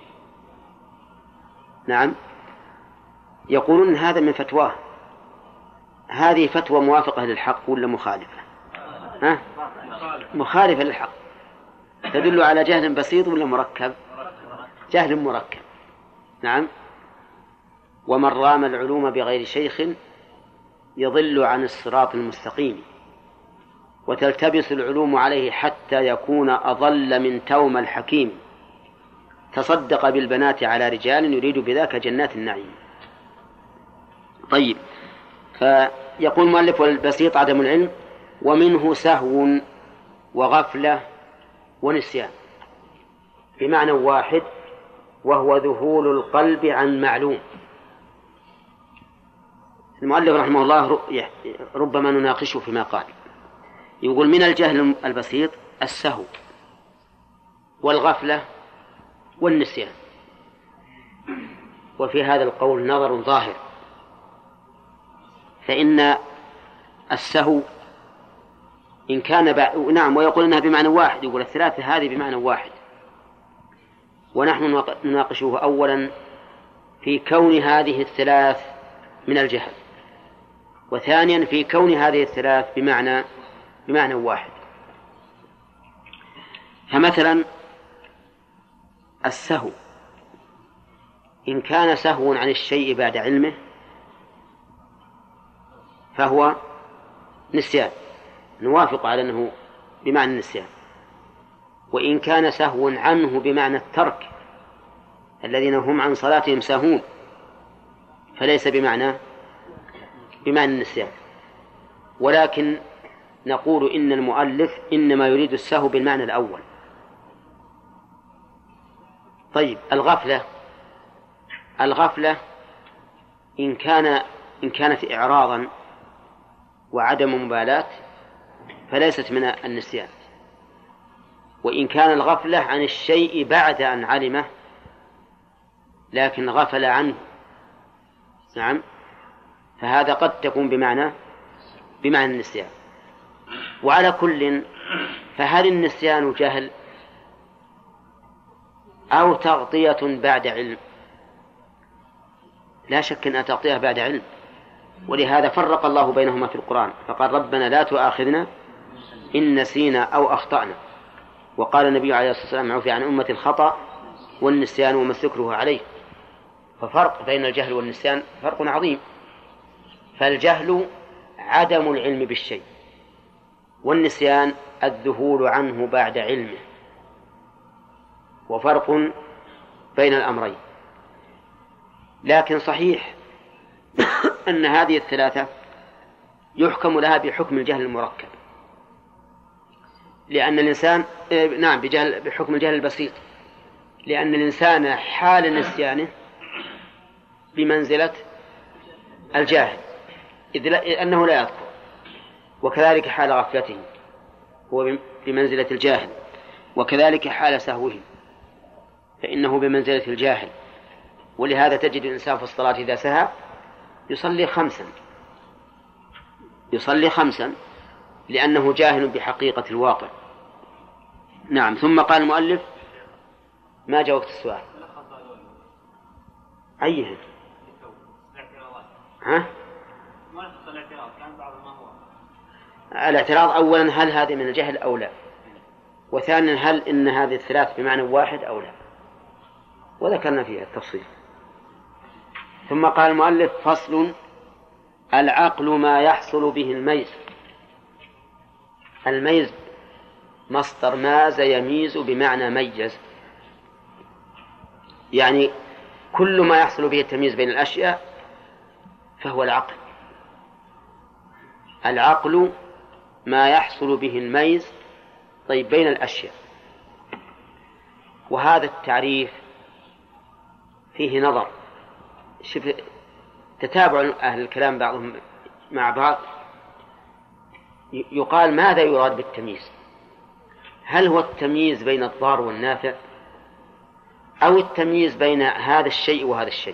نعم، يقولون هذا من فتواه. هذه فتوى موافقة للحق ولا مخالفة؟ ها؟ مخالفة للحق، تدل على جهل بسيط ولا مركب؟ جهل مركب. نعم، ومن رام العلوم بغير شيخ يضل عن الصراط المستقيم، وتلتبس العلوم عليه حتى يكون أضل من توم الحكيم، تصدق بالبنات على رجال يريد بذاك جنات النعيم. طيب، فيقول المؤلف والبسيط عدم العلم، ومنه سهو وغفلة ونسيان بمعنى واحد، وهو ذهول القلب عن معلوم. المؤلف رحمه الله ربما نناقشه فيما قال، يقول من الجهل البسيط السهو والغفلة والنسيان. وفي هذا القول نظر ظاهر، فإن السهو إن كان بع... نعم، ويقول إنها بمعنى واحد، يقول الثلاثة هذه بمعنى واحد، ونحن نناقشه أولا في كون هذه الثلاث من الجهل، وثانيا في كون هذه الثلاث بمعنى بمعنى واحد. فمثلا السهو إن كان سهو عن الشيء بعد علمه فهو نسيان، نوافق على أنه بمعنى النسيان. وإن كان سهو عنه بمعنى الترك الذين هم عن صلاتهم ساهون فليس بمعنى بمعنى النسيان. ولكن نقول إن المؤلف إنما يريد السهو بالمعنى الأول. طيب الغفلة الغفلة إن كان إن كانت إعراضا وعدم مبالاة فليست من النسيان. وإن كان الغفلة عن الشيء بعد أن علمه لكن غفل عنه، نعم، فهذا قد تكون بمعنى بمعنى النسيان. وعلى كل فهل النسيان جهل أو تغطية بعد علم؟ لا شك أن تغطية بعد علم، ولهذا فرق الله بينهما في القرآن فقال ربنا لا تؤاخذنا إن نسينا أو أخطأنا. وقال النبي عليه الصلاة والسلام عفي عن أمة الخطأ والنسيان وما استكره عليه. ففرق بين الجهل والنسيان فرق عظيم. فالجهل عدم العلم بالشيء، والنسيان الذهول عنه بعد علمه، وفرق بين الأمرين. لكن صحيح أن هذه الثلاثة يحكم لها بحكم الجهل المركب، لأن الإنسان نعم بجهل بحكم الجهل البسيط، لأن الإنسان حال نسيانه بمنزلة الجاهل إذ أنه لا يذكر، وكذلك حال غفلته هو بمنزلة الجاهل، وكذلك حال سهوه فإنه بمنزلة الجاهل. ولهذا تجد الإنسان في الصلاة إذا سهى يصلي خمسا يصلي خمسا لأنه جاهل بحقيقة الواقع. نعم. ثم قال المؤلف ما جاوبت السؤال أيه ها؟ الاعتراض أولا هل هذه من الجهل أو لا، وثانيا هل إن هذه الثلاث بمعنى واحد أو لا، وذكرنا فيها التفصيل. ثم قال المؤلف فصل العقل ما يحصل به الميز. الميز مصدر ماز يميز بمعنى ميز، يعني كل ما يحصل به التمييز بين الأشياء فهو العقل. العقل ما يحصل به الميز طيب بين الأشياء. وهذا التعريف فيه نظر، شوف تتابع أهل الكلام بعضهم مع بعض. يقال ماذا يراد بالتمييز؟ هل هو التمييز بين الضار والنافع أو التمييز بين هذا الشيء وهذا الشيء؟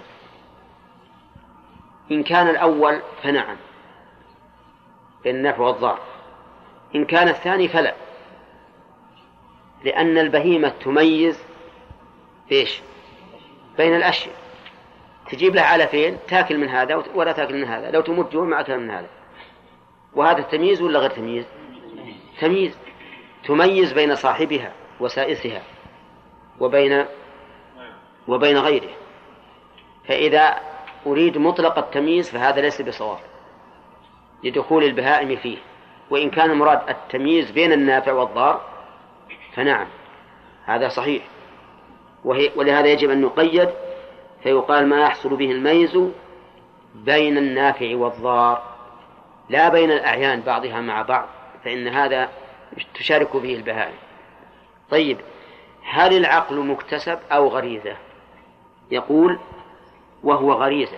إن كان الأول فنعم بين النافع والضار، إن كان الثاني فلا، لأن البهيمة تميز فيش بين الأشياء، تجيب له علفين تاكل من هذا ولا تاكل من هذا، لو تموت جوع ما أكل من هذا. وهذا التمييز ولا غير تمييز؟ تمييز، تميز بين صاحبها وسائسها وبين وبين غيره. فإذا أريد مطلق التمييز فهذا ليس بصواب لدخول البهائم فيه. وإن كان المراد التمييز بين النافع والضار فنعم هذا صحيح، وهي ولهذا يجب أن نقيد فيقال ما يحصل به الميز بين النافع والضار لا بين الأعيان بعضها مع بعض، فإن هذا تشارك فيه البهائم. طيب هل العقل مكتسب أو غريزة؟ يقول وهو غريزة،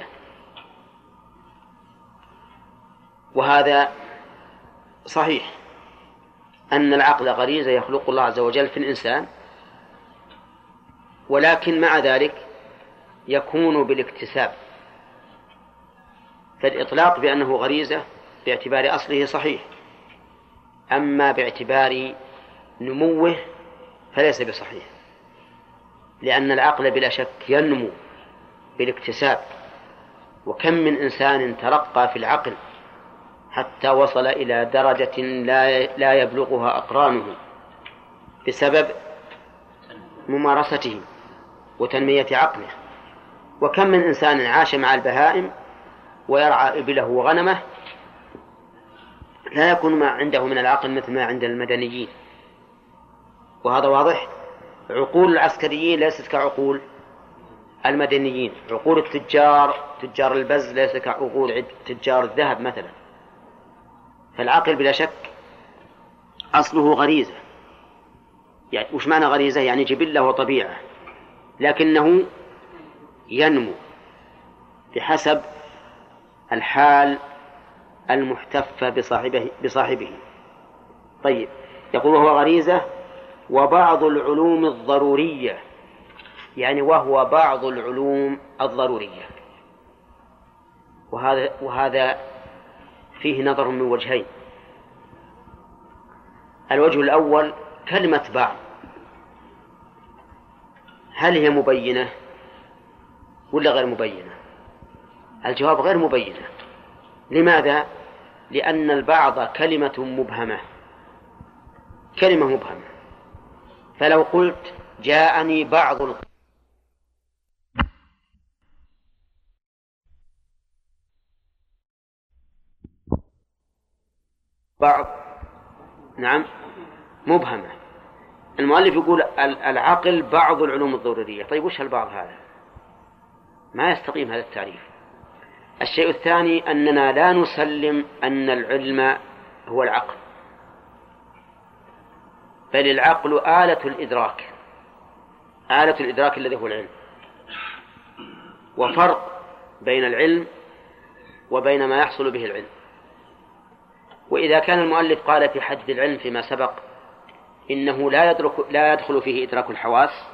وهذا صحيح أن العقل غريزة يخلق الله عز وجل في الإنسان، ولكن مع ذلك يكون بالاكتساب. فالإطلاق بأنه غريزة باعتبار أصله صحيح، أما باعتبار نموه فليس بصحيح، لأن العقل بلا شك ينمو بالاكتساب. وكم من إنسان ترقى في العقل حتى وصل إلى درجة لا لا يبلغها أقرانه بسبب ممارسته وتنمية عقله. وكم من إنسان عاش مع البهائم ويرعى إبله وغنمه لا يكون ما عنده من العقل مثل ما عند المدنيين، وهذا واضح. عقول العسكريين ليست كعقول المدنيين، عقول التجار تجار البز ليست كعقول تجار الذهب مثلا. فالعقل بلا شك أصله غريزة، يعني وش معنى غريزة؟ يعني جبلة وطبيعة، لكنه ينمو بحسب الحال المحتفة بصاحبه, بصاحبه. طيب، يقول وهو غريزة وبعض العلوم الضرورية، يعني وهو بعض العلوم الضرورية. وهذا, وهذا فيه نظر من وجهين. الوجه الأول كلمة بعض، هل هي مبينة ولا غير مبينة؟ الجواب غير مبينة. لماذا؟ لأن البعض كلمة مبهمة، كلمة مبهمة. فلو قلت جاءني بعض ال... بعض نعم مبهمة. المؤلف يقول العقل بعض العلوم الضرورية. طيب وش البعض هذا؟ ما يستقيم هذا التعريف. الشيء الثاني أننا لا نسلم أن العلم هو العقل، بل العقل آلة الإدراك، آلة الإدراك الذي هو العلم. وفرق بين العلم وبين ما يحصل به العلم. وإذا كان المؤلف قال في حد العلم فيما سبق إنه لا يدرك لا يدخل فيه إدراك الحواس،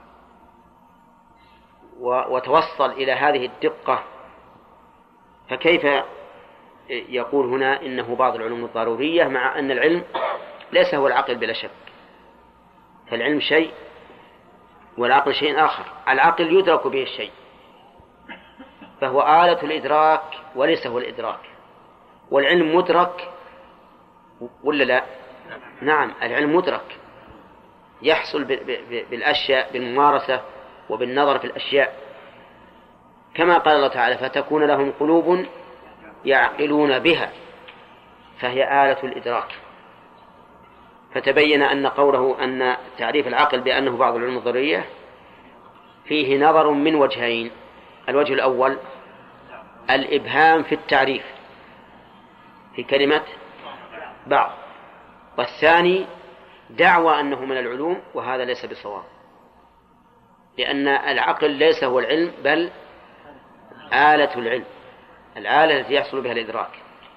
وتوصل إلى هذه الدقة، فكيف يقول هنا إنه بعض العلوم الضرورية مع أن العلم ليس هو العقل بلا شك؟ فالعلم شيء والعقل شيء آخر. العقل يدرك به الشيء فهو آلة الإدراك وليس هو الإدراك، والعلم مدرك ولا لا؟ نعم، العلم مدرك، يحصل بالأشياء بالممارسة وبالنظر في الأشياء، كما قال الله تعالى فتكون لهم قلوب يعقلون بها، فهي آلة الإدراك. فتبين أن قوله أن تعريف العقل بأنه بعض العلوم الضرورية فيه نظر من وجهين. الوجه الأول الإبهام في التعريف في كلمة بعض، والثاني دعوى أنه من العلوم، وهذا ليس بصواب، لأن العقل ليس هو العلم بل آلة العلم، الآلة التي يحصل بها الإدراك.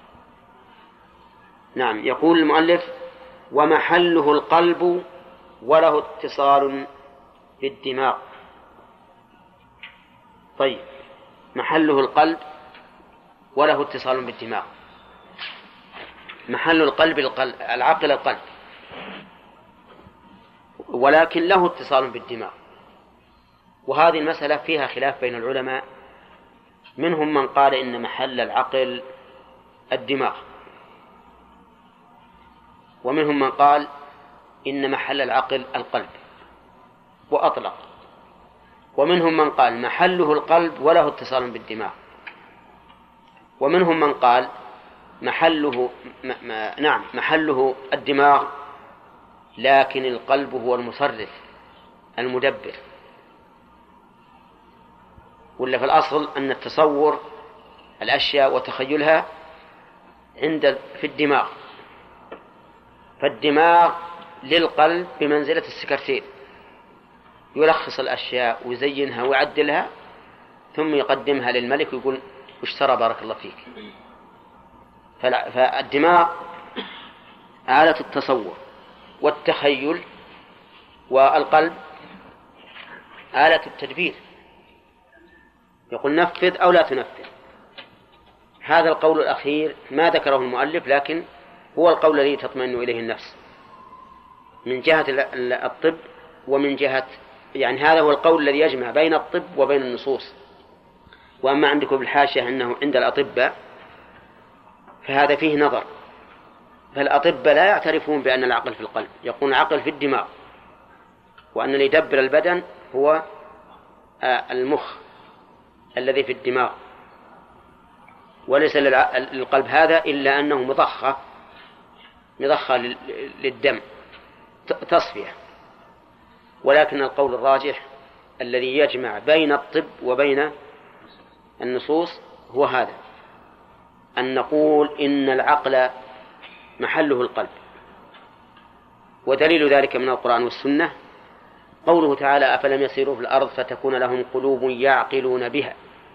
نعم. يقول المؤلف ومحله القلب وله اتصال بالدماغ. طيب، محله القلب وله اتصال بالدماغ. محل القلب القلب العقل القلب، ولكن له اتصال بالدماغ. وهذه المسألة فيها خلاف بين العلماء، منهم من قال إن محل العقل الدماغ، ومنهم من قال إن محل العقل القلب وأطلق، ومنهم من قال محله القلب وله اتصال بالدماغ، ومنهم من قال محله م... م... نعم محله الدماغ لكن القلب هو المصرف المدبر. ولا في الأصل أن التصور الأشياء وتخيلها عند في الدماغ، فالدماغ للقلب بمنزلة السكرتير، يلخص الأشياء ويزينها ويعدلها ثم يقدمها للملك ويقول وش ترى بارك الله فيك. فالدماغ آلة التصور والتخيل، والقلب آلة التدبير، يقول نفذ أو لا تنفذ. هذا القول الأخير ما ذكره المؤلف، لكن هو القول الذي تطمئن إليه النفس من جهة الطب ومن جهة، يعني هذا هو القول الذي يجمع بين الطب وبين النصوص. وأما عندكم بالحاشية أنه عند الأطباء فهذا فيه نظر. فالأطباء لا يعترفون بأن العقل في القلب، يقولون العقل في الدماغ، وأن اللي يدبر البدن هو المخ الذي في الدماغ، وليس للقلب هذا إلا أنه مضخة مضخة للدم تصفية. ولكن القول الراجح الذي يجمع بين الطب وبين النصوص هو هذا، أن نقول إن العقل محله القلب. ودليل ذلك من القرآن والسنة قوله تعالى: أفلم يسيروا في الأرض فتكون لهم قلوب يعقلون بها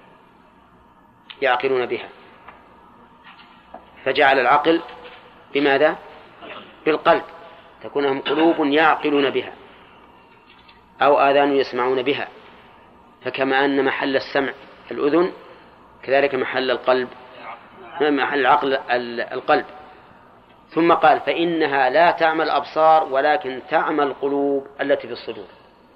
يعقلون بها فجعل العقل بماذا؟ بالقلب، تكون لهم قلوب يعقلون بها أو آذان يسمعون بها. فكما أن محل السمع الأذن، كذلك محل القلب محل العقل القلب. ثم قال: فإنها لا تعمى الأبصار ولكن تعمى القلوب التي في الصدور.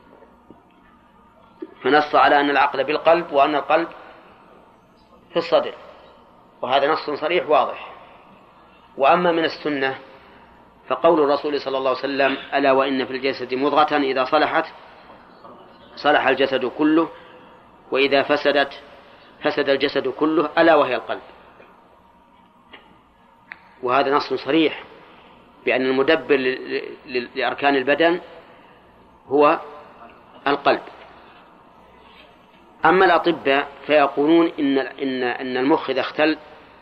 فنص على أن العقل بالقلب وأن القلب في الصدر، وهذا نص صريح واضح. وأما من السنة فقول الرسول صلى الله عليه وسلم: ألا وإن في الجسد مضغة إذا صلحت صلح الجسد كله وإذا فسدت فسد الجسد كله ألا وهي القلب. وهذا نص صريح بأن المدبر لأركان البدن هو القلب. أما الأطباء فيقولون إن إن إن المخ إذا اختل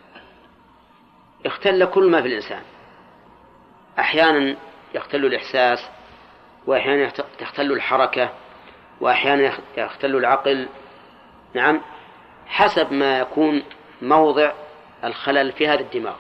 اختل كل ما في الإنسان، أحيانا يختل الإحساس، وأحيانا تختل الحركة، وأحيانا يختل العقل، نعم، حسب ما يكون موضع الخلل في هذا الدماغ.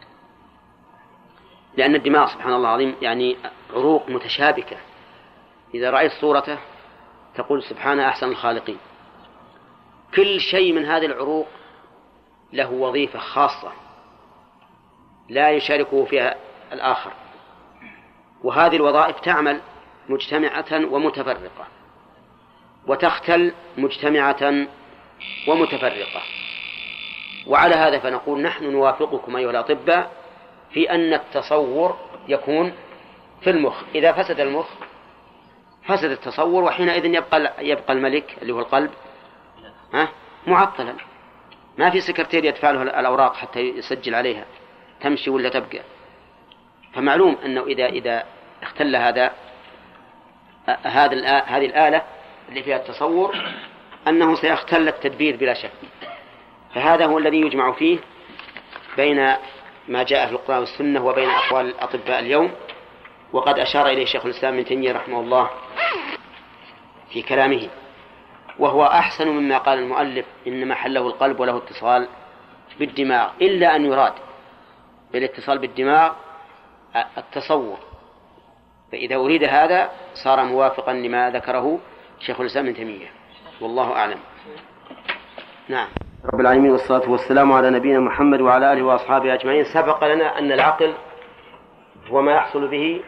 لأن الدماغ سبحان الله العظيم يعني عروق متشابكة، إذا رأيت صورته تقول سبحان أحسن الخالقين. كل شيء من هذه العروق له وظيفة خاصة لا يشاركه فيها الآخر، وهذه الوظائف تعمل مجتمعة ومتفرقة، وتختل مجتمعة ومتفرقة. وعلى هذا فنقول نحن نوافقكم أيها الأطباء في أن التصور يكون في المخ. إذا فسد المخ فسد التصور، وحينئذ يبقى يبقى الملك اللي هو القلب ها معطلا، ما في سكرتير يدفع له الأوراق حتى يسجل عليها تمشي ولا تبقى. فمعلوم أنه إذا إذا اختل هذا هذا هذه الآلة اللي فيها التصور أنه سيختل التدبير بلا شك. فهذا هو الذي يجمع فيه بين ما جاء في القرآن والسنة وبين أقوال الأطباء اليوم. وقد أشار إليه شيخ الإسلام ابن تيمية رحمه الله في كلامه، وهو أحسن مما قال المؤلف إن محله القلب وله اتصال بالدماغ، إلا أن يراد بالاتصال بالدماغ التصور، فإذا أريد هذا صار موافقا لما ذكره شيخ الإسلام ابن تيمية، والله أعلم. نعم. رب العالمين، والصلاة والسلام على نبينا محمد وعلى آله وأصحابه أجمعين. سبق لنا أن العقل هو ما يحصل به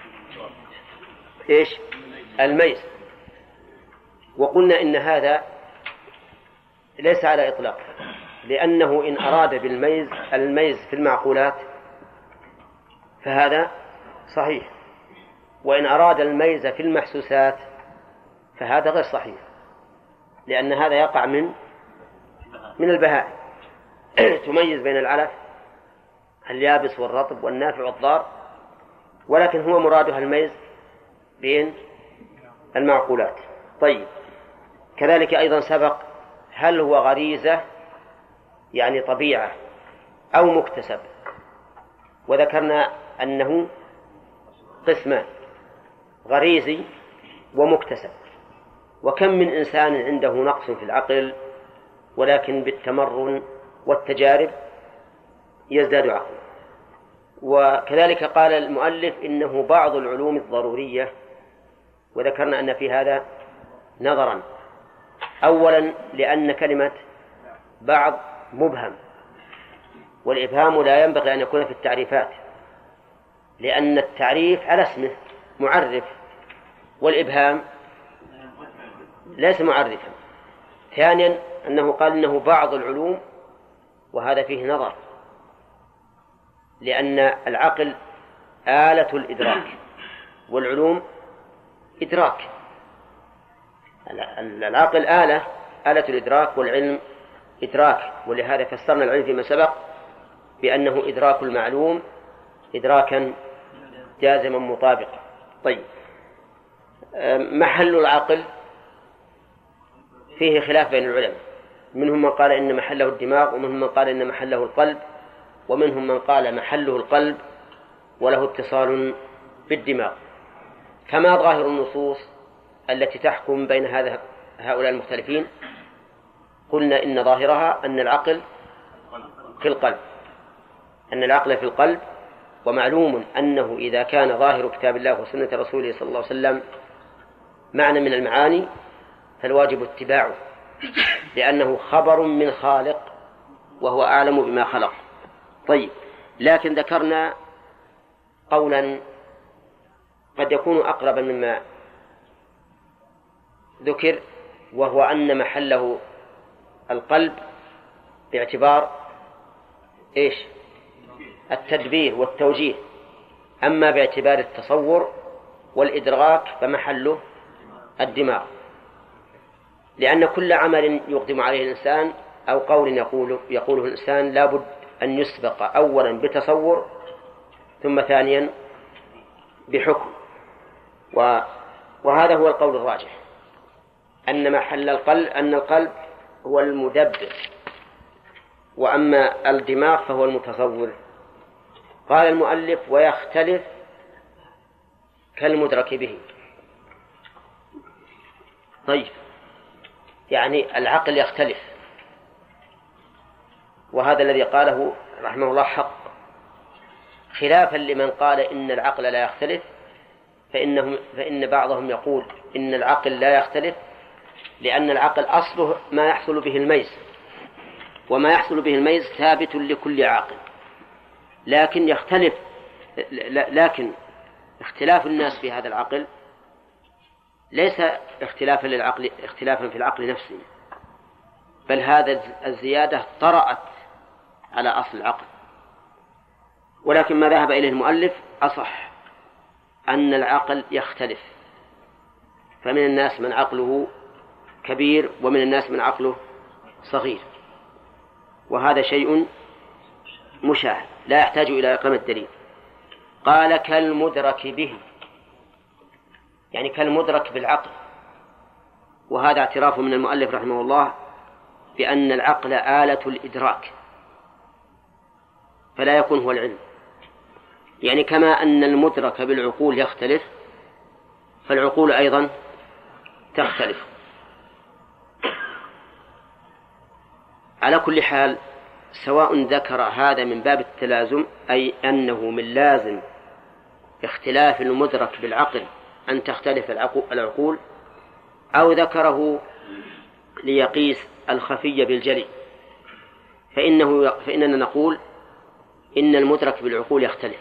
إيش؟ الميز. وقلنا إن هذا ليس على إطلاق، لأنه إن أراد بالميز الميز في المعقولات فهذا صحيح، وإن أراد الميز في المحسوسات فهذا غير صحيح، لأن هذا يقع من من البهائم تميز بين العلف اليابس والرطب والنافع والضار، ولكن هو مرادها الميز بين المعقولات. طيب، كذلك أيضا سبق هل هو غريزة يعني طبيعة أو مكتسب، وذكرنا أنه قسمان: غريزي ومكتسب. وكم من إنسان عنده نقص في العقل ولكن بالتمرن والتجارب يزداد عقله. وكذلك قال المؤلف إنه بعض العلوم الضرورية، وذكرنا أن في هذا نظرا. أولا لأن كلمة بعض مبهم، والإبهام لا ينبغي أن يكون في التعريفات، لأن التعريف على اسمه معرف، والإبهام ليس معرفا. ثانيا أنه قال إنه بعض العلوم، وهذا فيه نظر، لأن العقل آلة الإدراك، والعلوم إدراك. العقل آلة آلة الإدراك، والعلم إدراك، ولهذا فسرنا العلم فيما سبق بأنه إدراك المعلوم إدراكا جازما مطابقا. طيب، محل العقل فيه خلاف بين العلماء، منهم من قال إن محله الدماغ، ومنهم من قال إن محله القلب، ومنهم من قال محله القلب وله اتصال بالدماغ. كما ظاهر النصوص التي تحكم بين هذا هؤلاء المختلفين، قلنا إن ظاهرها أن العقل في القلب، أن العقل في القلب. ومعلوم أنه إذا كان ظاهر كتاب الله وسنة رسوله صلى الله عليه وسلم معنى من المعاني فالواجب اتباعه، لأنه خبر من خالق وهو أعلم بما خلق. طيب، لكن ذكرنا قولا قد يكون أقرب مما ذكر، وهو أن محله القلب باعتبار إيش؟ التدبير والتوجيه، أما باعتبار التصور والإدراك فمحله الدماغ، لأن كل عمل يقدم عليه الإنسان أو قول يقوله, يقوله الإنسان لابد أن يسبق أولا بتصور ثم ثانيا بحكم. وهذا هو القول الراجح، أن محل القلب أن القلب هو المدبر، وأما الدماغ فهو المتصور. قال المؤلف: ويختلف كالمدرك به. طيب، يعني العقل يختلف، وهذا الذي قاله رحمه الله حق، خلافا لمن قال إن العقل لا يختلف، فإنهم فإن بعضهم يقول إن العقل لا يختلف لأن العقل أصله ما يحصل به الميز، وما يحصل به الميز ثابت لكل عاقل، لكن يختلف لكن اختلاف الناس في هذا العقل ليس اختلافا للعقل اختلافا في العقل نفسه، بل هذا الزيادة طرأت على أصل العقل. ولكن ما ذهب إليه المؤلف أصح، أن العقل يختلف، فمن الناس من عقله كبير ومن الناس من عقله صغير، وهذا شيء مشاهد لا يحتاج إلى إقامة الدليل. قال: كالمدرك به، يعني كالمدرك بالعقل، وهذا اعتراف من المؤلف رحمه الله بأن العقل آلة الإدراك فلا يكون هو العلم. يعني كما أن المدرك بالعقول يختلف فالعقول أيضا تختلف. على كل حال، سواء ذكر هذا من باب التلازم، أي أنه من لازم اختلاف المدرك بالعقل أن تختلف العقول، أو ذكره ليقيس الخفي بالجلي، فإنه فإننا نقول إن المدرك بالعقول يختلف.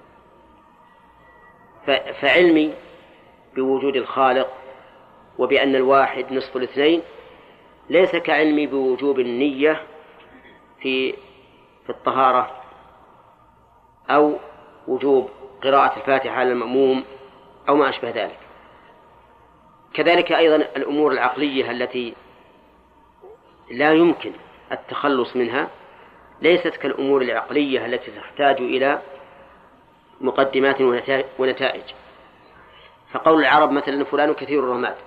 فعلمي بوجود الخالق وبأن الواحد نصف الاثنين ليس كعلمي بوجوب النية في في الطهارة أو وجوب قراءة الفاتحة على المأموم أو ما أشبه ذلك. كذلك أيضا الأمور العقلية التي لا يمكن التخلص منها ليست كالأمور العقلية التي تحتاج إلى مقدمات ونتائج. فقول العرب مثلا فلان كثير الرماد،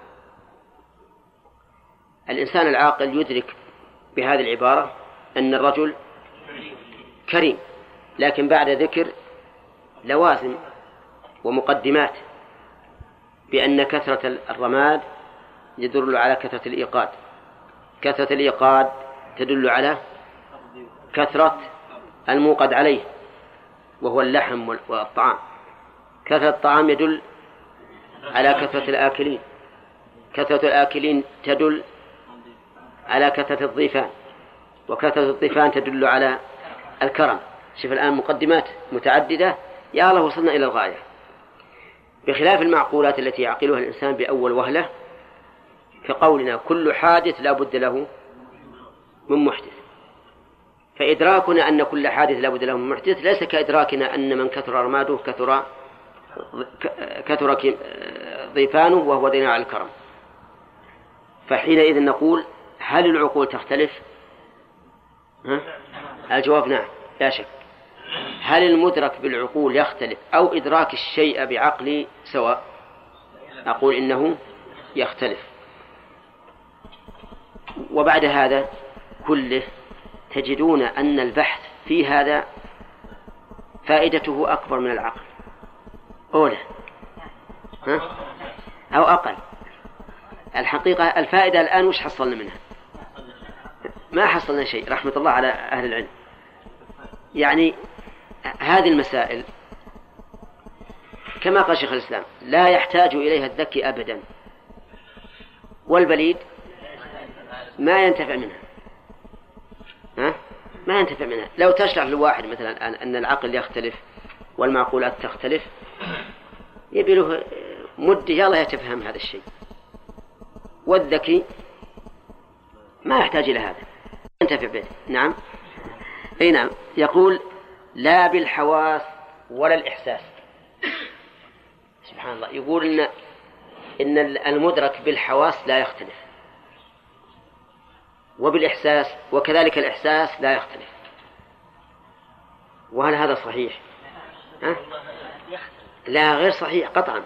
الإنسان العاقل يدرك بهذه العبارة أن الرجل كريم، لكن بعد ذكر لوازم ومقدمات بأن كثرة الرماد يدل على كثرة الإيقاد، كثرة الإيقاد تدل على كثرة الموقد عليه وهو اللحم والطعام، كثرة الطعام يدل على كثرة الآكلين، كثرة الآكلين تدل على كثرة الضيفان، وكثرة الضيفان تدل على الكرم. شوف الآن مقدمات متعددة، يا الله وصلنا إلى الغاية، بخلاف المعقولات التي يعقلها الإنسان بأول وهلة، كقولنا كل حادث لا بد له من محدث، فإدراكنا أن كل حادث لا بد له من محدث ليس كإدراكنا أن من كثر رماده كثر كثر ضيفانه وهو دين على الكرم. فحينئذ نقول هل العقول تختلف؟ ها؟ الجواب نعم لا شك. هل المدرك بالعقول يختلف أو إدراك الشيء بعقل سواء؟ أقول إنه يختلف. وبعد هذا كله تجدون أن البحث في هذا فائدته أكبر من العقل أولى ها؟ أو أقل. الحقيقة الفائدة الآن وش حصلنا منها؟ ما حصلنا شيء رحمة الله على أهل العلم. يعني هذه المسائل كما قال شيخ الإسلام لا يحتاج إليها الذكي أبدا، والبليد ما ينتفع منها ها؟ ما ينتفع منها. لو تشرح لواحد مثلا أن العقل يختلف والمعقولات تختلف يبي له مدة يلا يتفهم هذا الشيء، والذكي ما يحتاج إلى هذا ينتفع به. نعم أي نعم. يقول لا بالحواس ولا الإحساس. سبحان الله. يقول إن إن المدرك بالحواس لا يختلف، وبالإحساس وكذلك الإحساس لا يختلف. وهل هذا صحيح؟ ها؟ لا غير صحيح قطعا.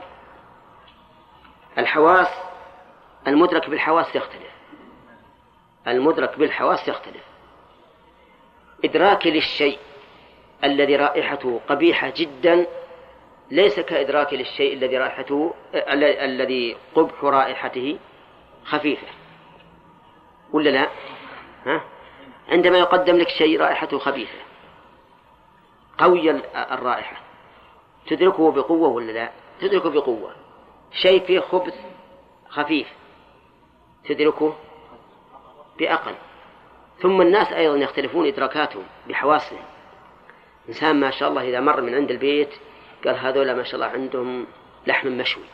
الحواس المدرك بالحواس يختلف، المدرك بالحواس يختلف. إدراك للشيء الذي رائحته قبيحة جدا ليس كإدراك للشيء الذي رائحته الذي قبح رائحته خفيفة، ولا لا؟ ها؟ عندما يقدم لك شيء رائحته خبيثة قوية الرائحة تدركه بقوة ولا لا؟ تدركه بقوة. شيء فيه خبث خفيف تدركه بأقل. ثم الناس أيضا يختلفون إدراكاتهم بحواسهم. إنسان ما شاء الله إذا مر من عند البيت قال هذولا ما شاء الله عندهم لحم مشوي،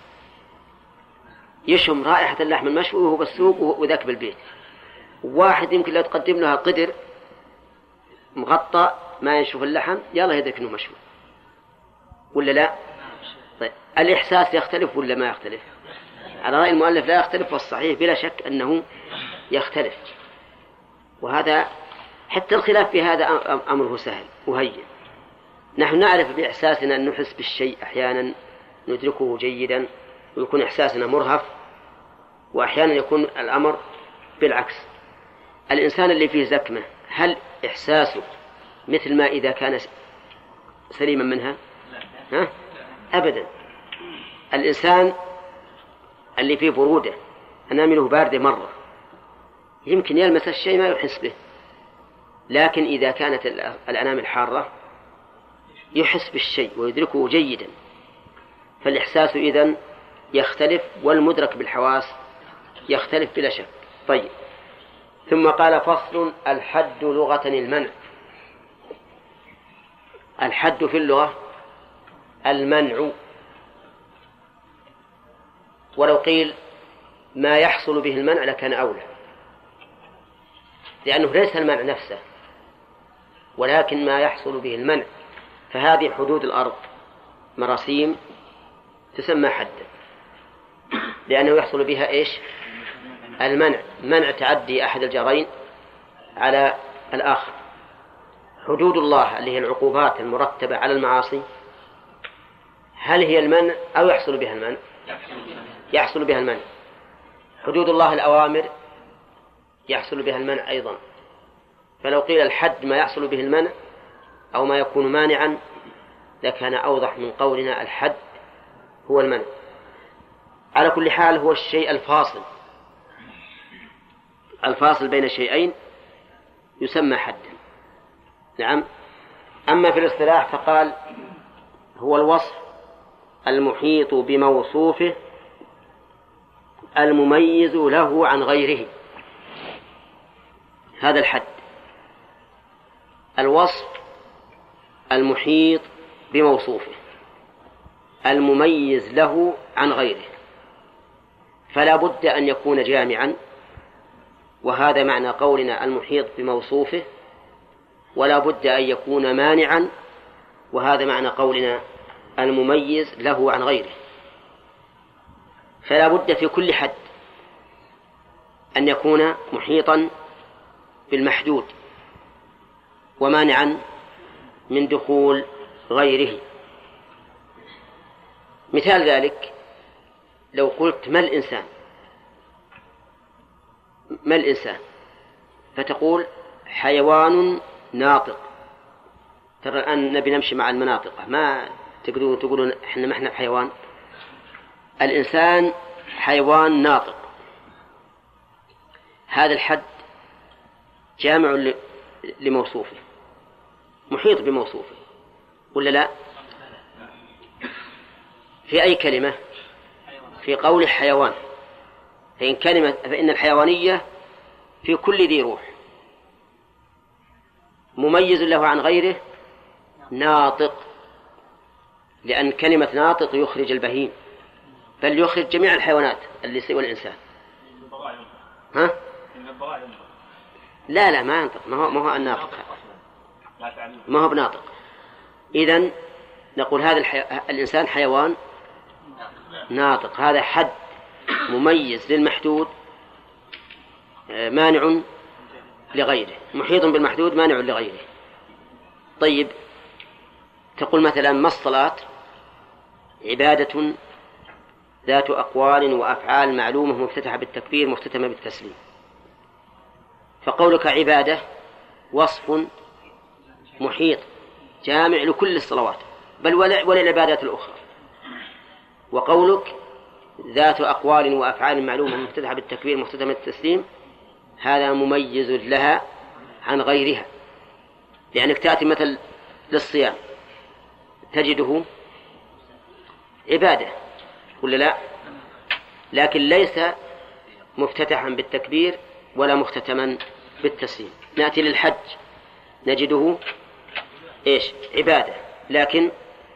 يشم رائحة اللحم المشوي وهو بالسوق وذاك بالبيت. واحد يمكن لو تقدم له قدر مغطى ما يشوف اللحم يلا يدرك إنه مشوي ولا لا؟ طيب الإحساس يختلف ولا ما يختلف؟ على رأي المؤلف لا يختلف، والصحيح بلا شك أنه يختلف. وهذا حتى الخلاف في هذا أمره سهل وهين. نحن نعرف بإحساسنا أن نحس بالشيء أحيانا ندركه جيدا ويكون إحساسنا مرهف، وأحيانا يكون الأمر بالعكس. الإنسان اللي فيه زكمة هل إحساسه مثل ما إذا كان سليما منها؟ ها؟ أبدا. الإنسان اللي فيه برودة أنامله باردة مرة يمكن يلمس الشيء ما يحس به، لكن إذا كانت الأنامل حارة يحس بالشيء ويدركه جيدا. فالإحساس إذن يختلف والمدرك بالحواس يختلف بلا شك. طيب ثم قال فصل الحد لغة المنع. الحد في اللغة المنع، ولو قيل ما يحصل به المنع لكان أولى، لأنه ليس المنع نفسه ولكن ما يحصل به المنع. فهذه حدود الأرض مراسيم تسمى حدا، لأنه يحصل بها إيش؟ المنع، منع تعدي أحد الجارين على الآخر. حدود الله اللي هي العقوبات المرتبة على المعاصي هل هي المنع أو يحصل بها المنع؟ يحصل بها المنع. حدود الله الأوامر يحصل بها المنع أيضا. فلو قيل الحد ما يحصل به المنع أو ما يكون مانعا لكان أوضح من قولنا الحد هو المنع. على كل حال هو الشيء الفاصل، الفاصل بين الشيئين يسمى حدا. نعم. أما في الاصطلاح فقال هو الوصف المحيط بموصوفه المميز له عن غيره. هذا الحد، الوصف المحيط بموصوفه المميز له عن غيره، فلا بد أن يكون جامعا، وهذا معنى قولنا المحيط بموصوفه ولا بد أن يكون مانعا، وهذا معنى قولنا المميز له عن غيره. فلا بد في كل حد أن يكون محيطا بالمحدود ومانعا من دخول غيره. مثال ذلك لو قلت ما الإنسان، ما الإنسان، فتقول حيوان ناطق. ترى الآن نبي نمشي مع المناطق، ما تقولون تقولون إحنا ما إحنا بحيوان. الإنسان حيوان ناطق، هذا الحد جامع لموصوفه، محيط بموصوفه، ولا لا؟ في أي كلمة؟ في قول حيوان. فإن كلمة فإن الحيوانية في كل ذي روح، مميز له عن غيره ناطق، لأن كلمة ناطق يخرج البهيم، بل يخرج جميع الحيوانات اللي سوى الإنسان. ها؟ لا لا ما ينطق، ما هو ما هو الناطق، ما هو بناطق. إذن نقول هذا الحي... الإنسان حيوان ناطق، هذا حد مميز للمحدود مانع لغيره، محيط بالمحدود مانع لغيره. طيب تقول مثلا ما الصلاة؟ عبادة ذات أقوال وأفعال معلومة مفتتحة بالتكبير مختتمة بالتسليم. فقولك عبادة وصف محيط جامع لكل الصلوات بل وللعبادات الأخرى، وقولك ذات أقوال وأفعال معلومة مفتتحة بالتكبير مختتمة بالتسليم هذا مميز لها عن غيرها، لأنك تأتي مثل للصيام تجده عبادة ولا لا؟ لكن ليس مفتتحا بالتكبير ولا مختتما بالتسليم. نأتي للحج نجده إيش؟ عبادة، لكن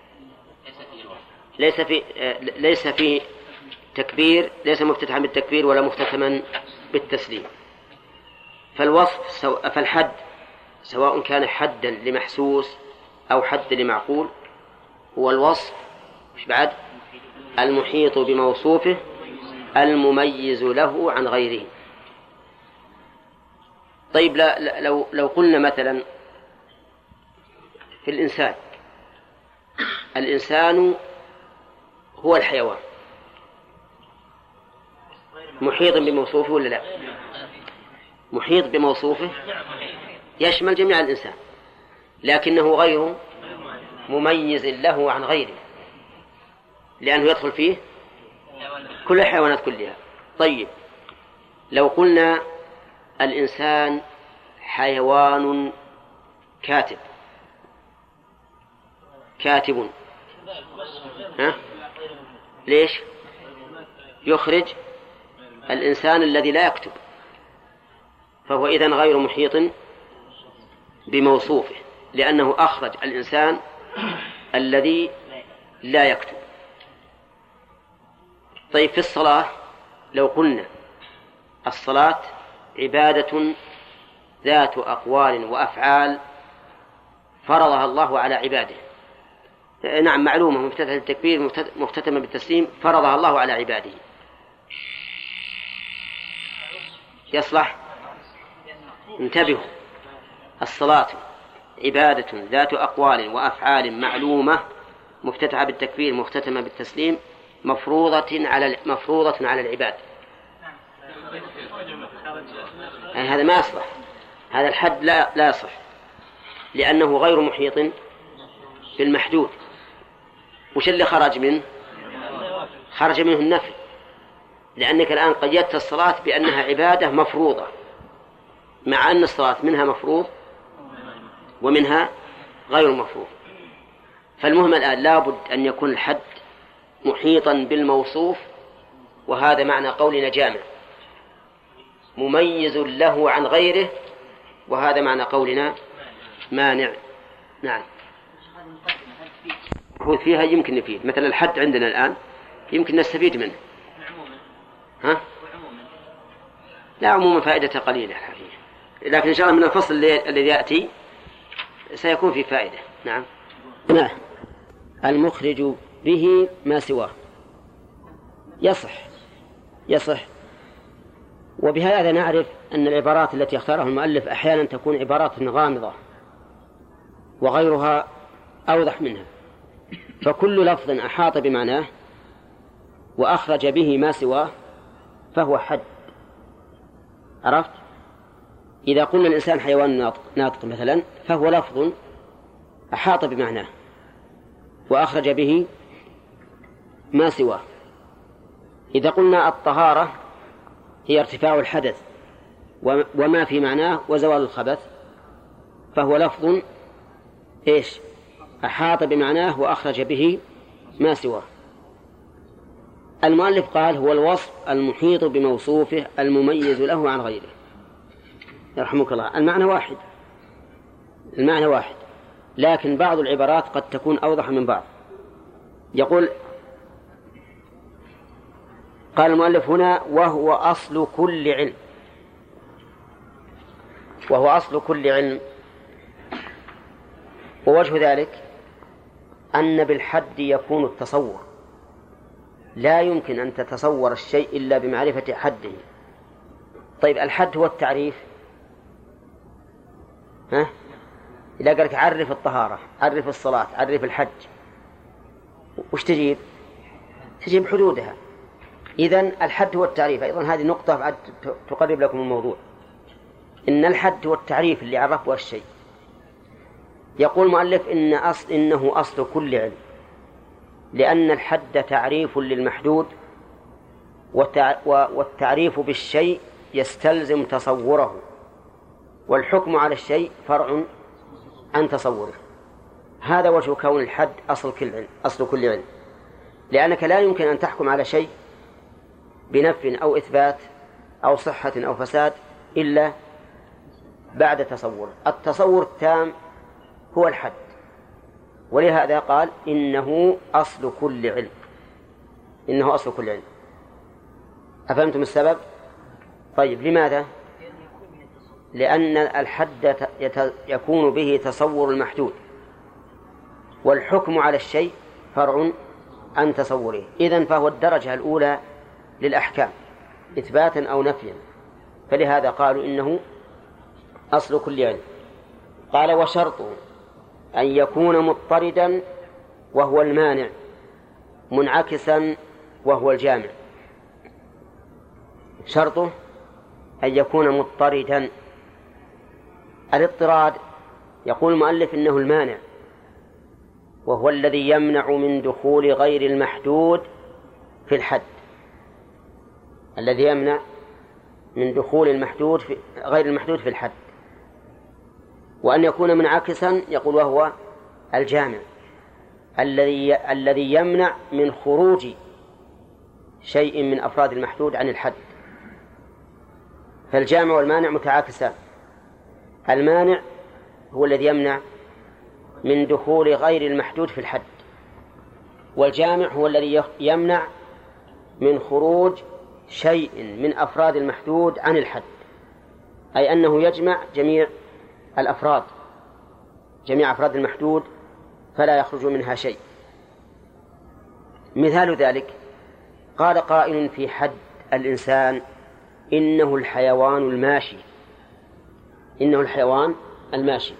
ليس في ليس في تكبير، ليس مفتتحا بالتكبير ولا مختتما بالتسليم. فالوصف سو... فالحد سواء كان حدا لمحسوس أو حد لمعقول هو الوصف مش بعد المحيط بموصوفه المميز له عن غيره. طيب لا لو لو قلنا مثلا في الإنسان، الإنسان هو الحيوان محيط بموصوفه ولا لا؟ محيط بموصوفه يشمل جميع الإنسان، لكنه غير مميز له عن غيره لأنه يدخل فيه كل الحيوانات كلها. طيب لو قلنا الإنسان حيوان كاتب، كاتب، ها؟ ليش؟ يخرج الإنسان الذي لا يكتب، فهو إذن غير محيط بموصوفه لأنه أخرج الإنسان الذي لا يكتب. طيب في الصلاة لو قلنا الصلاة عبادة ذات أقوال وأفعال فرضها الله على عباده، نعم معلومة مفتتحة التكبير مختتمة بالتسليم فرضها الله على عباده، يصلح؟ انتبهوا، الصلاة عبادة ذات أقوال وأفعال معلومة مفتتحة بالتكبير مختتمة بالتسليم مفروضة على مفروضة على العباد. يعني هذا ما يصلح، هذا الحد لا لا يصح لأنه غير محيط بالمحدود. وش اللي خرج منه؟ خرج منه النفي، لأنك الآن قيدت الصلاة بأنها عبادة مفروضة، مع أن الصلاة منها مفروض ومنها غير مفروض. فالمهم الآن لابد أن يكون الحد محيطا بالموصوف، وهذا معنى قولنا جامع مميز له عن غيره، وهذا معنى قولنا مانع. نعم هو فيها يمكن نفيد، مثل الحد عندنا الآن يمكن نستفيد منه، ها؟ لا عموما فائدته قليلة، لكن إن شاء الله من الفصل الذي يأتي سيكون في فائدة. نعم. نعم. المخرج به ما سواه يصح يصح وبهذا نعرف أن العبارات التي اختارها المؤلف أحيانا تكون عبارات غامضة وغيرها أوضح منها، فكل لفظ أحاط بمعناه وأخرج به ما سواه فهو حد. عرفت؟ إذا قلنا الإنسان حيوان ناطق, ناطق مثلا فهو لفظ أحاط بمعناه وأخرج به ما سواه. إذا قلنا الطهارة هي ارتفاع الحدث وما في معناه وزوال الخبث فهو لفظ إيش؟ أحاط بمعناه وأخرج به ما سواه. المؤلف قال هو الوصف المحيط بموصوفه المميز له عن غيره. يرحمك الله. المعنى واحد المعنى واحد لكن بعض العبارات قد تكون أوضح من بعض. يقول قال المؤلف هنا وهو أصل كل علم. وهو أصل كل علم ووجه ذلك أن بالحد يكون التصور، لا يمكن أن تتصور الشيء إلا بمعرفة حده. طيب الحد هو التعريف. ها؟ إذا قالك عرف الطهارة، عرف الصلاة، عرف الحج، وش تجيب؟ تجيب حدودها. إذن الحد هو التعريف. أيضا هذه نقطة بعد تقرب لكم الموضوع. إن الحد هو التعريف اللي عرفه الشيء. يقول المؤلف إن أصل إنه أصل كل علم، لأن الحد تعريف للمحدود، والتعريف بالشيء يستلزم تصوره، والحكم على الشيء فرع عن تصوره. هذا وجه كون الحد أصل كل علم أصل كل علم لأنك لا يمكن أن تحكم على شيء بنفي أو إثبات أو صحة أو فساد إلا بعد تصور. التصور التام هو الحد، ولهذا قال إنه أصل كل علم. إنه أصل كل علم. أفهمتم السبب؟ طيب لماذا؟ لأن الحد يكون به تصور المحدود، والحكم على الشيء فرع عن تصوره. إذن فهو الدرجة الأولى للأحكام إثباتا أو نفيا، فلهذا قالوا إنه أصل كل علم. قال وشرطه أن يكون مضطردا وهو المانع، منعكسا وهو الجامع. شرطه أن يكون مضطردا. الاضطراد يقول المؤلف إنه المانع، وهو الذي يمنع من دخول غير المحدود في الحد. الذي يمنع من دخول المحدود في غير المحدود في الحد. وأن يكون منعكسا يقول وهو الجامع، الذي الذي يمنع من خروج شيء من أفراد المحدود عن الحد. فالجامع والمانع متعاكسان. المانع هو الذي يمنع من دخول غير المحدود في الحد، والجامع هو الذي يمنع من خروج شيء من أفراد المحدود عن الحد، أي أنه يجمع جميع الأفراد جميع أفراد المحدود فلا يخرج منها شيء. مثال ذلك قال قائل في حد الإنسان إنه الحيوان الماشي. إنه الحيوان الماشي.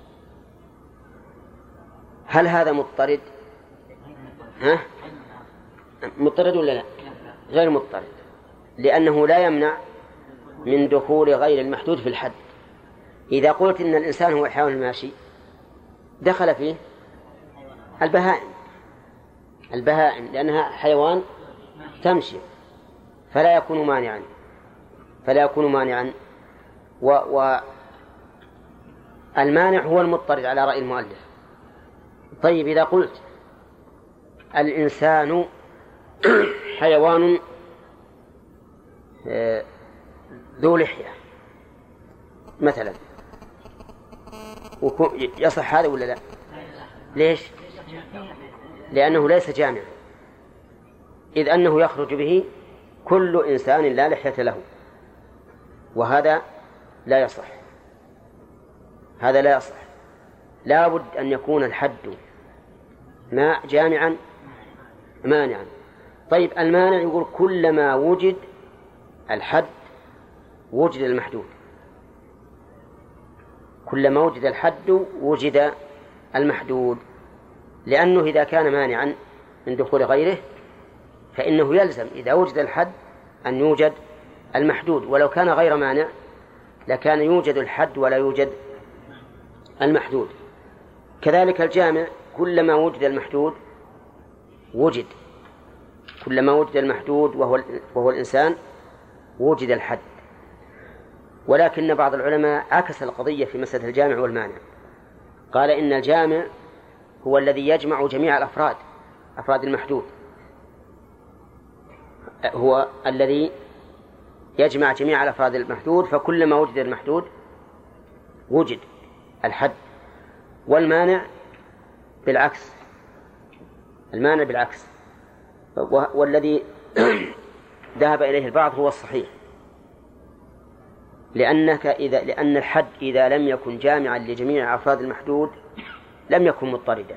هل هذا مضطرد؟ ها؟ مضطرد ولا لا؟ غير مضطرد، لأنه لا يمنع من دخول غير المحدود في الحد. إذا قلت إن الإنسان هو الحيوان الماشي دخل فيه البهائم البهائم لأنها حيوان تمشي، فلا يكون مانعا فلا يكون مانعا والمانع هو المضطرد على رأي المؤلف. طيب إذا قلت الإنسان حيوان ذو لحية مثلا، يصح هذا ولا لا؟ ليش؟ لأنه ليس جامعا، إذ أنه يخرج به كل إنسان لا لحية له، وهذا لا يصح. هذا لا يصح لا بد أن يكون الحد ما جامعا مانعا. طيب المانع يقول كلما وجد الحد وجد المحدود، كلما وجد الحد وجد المحدود، لأنه إذا كان مانعا من دخول غيره فإنه يلزم إذا وجد الحد أن يوجد المحدود، ولو كان غير مانع لكان يوجد الحد ولا يوجد المحدود. كذلك الجامع كلما وجد المحدود وجد، كلما وجد المحدود وهو, وهو الإنسان وجد الحد. ولكن بعض العلماء عكس القضية في مسألة الجامع والمانع، قال إن الجامع هو الذي يجمع جميع الأفراد، أفراد المحدود، هو الذي يجمع جميع الأفراد المحدود، فكلما وجد المحدود وجد الحد. والمانع بالعكس، المانع بالعكس، والذي ذهب إليه البعض هو الصحيح، لأنك إذا لأن الحد إذا لم يكن جامعا لجميع أفراد المحدود لم يكن مضطردا،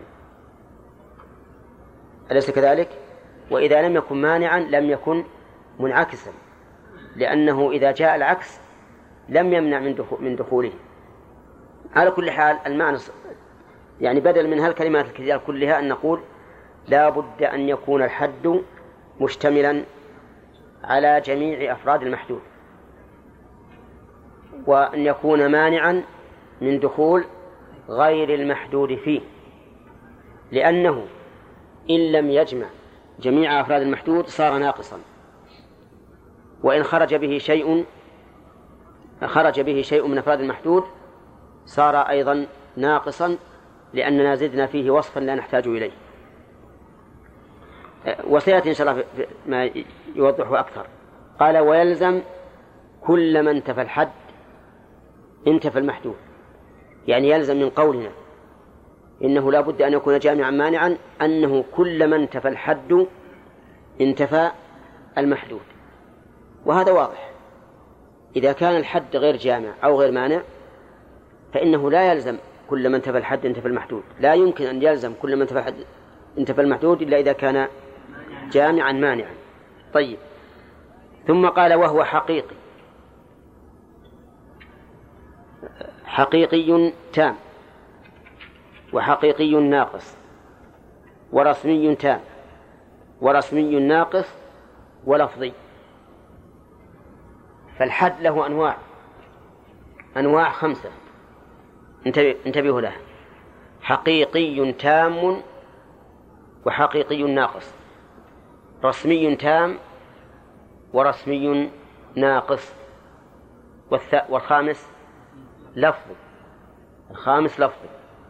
أليس كذلك؟ وإذا لم يكن مانعا لم يكن منعكسا، لأنه إذا جاء العكس لم يمنع من دخوله. على كل حال المعنى يعني بدل من هالكلمات الكثيرة كلها أن نقول لا بد أن يكون الحد مشتملا على جميع أفراد المحدود، وأن يكون مانعا من دخول غير المحدود فيه، لأنه إن لم يجمع جميع أفراد المحدود صار ناقصا، وإن خرج به شيء خرج به شيء من أفراد المحدود صار أيضا ناقصا، لأننا زدنا فيه وصفا لا نحتاج إليه. وسيأتي إن شاء الله ما يوضحه أكثر. قال ويلزم كلما انتفى الحد انتفى المحدود، يعني يلزم من قولنا إنه لا بد أن يكون جامعا مانعا أنه كلما انتفى الحد انتفى المحدود، وهذا واضح. إذا كان الحد غير جامع أو غير مانع فإنه لا يلزم كلما انتفى الحد انتفى المحدود، لا يمكن أن يلزم كلما انتفى الحد انتفى المحدود إلا إذا كان جامعا مانعا. طيب، ثم قال وهو حقيقي، حقيقي تام، وحقيقي ناقص، ورسمي تام، ورسمي ناقص، ولفظي. فالحد له أنواع أنواع خمسة انتبهوا لها: حقيقي تام، وحقيقي ناقص، رسمي تام، ورسمي ناقص، والخامس لفظي. الخامس لفظي.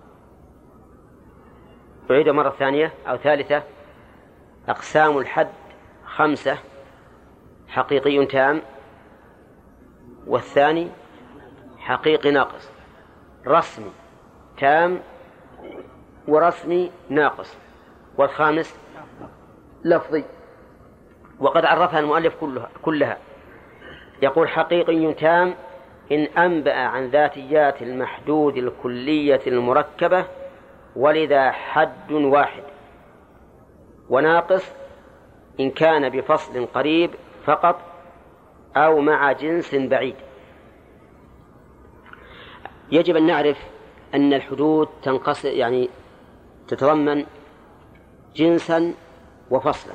أعيد مرة ثانية أو ثالثة: أقسام الحد خمسة: حقيقي تام، والثاني حقيقي ناقص، رسمي تام، ورسمي ناقص، والخامس لفظي. وقد عرفها المؤلف كلها, كلها. يقول حقيقي تام إن أنبأ عن ذاتيات المحدود الكلية المركبة ولذا حد واحد، وناقص إن كان بفصل قريب فقط أو مع جنس بعيد. يجب أن نعرف أن الحدود تنقسم، يعني تتضمن جنسا وفصلا.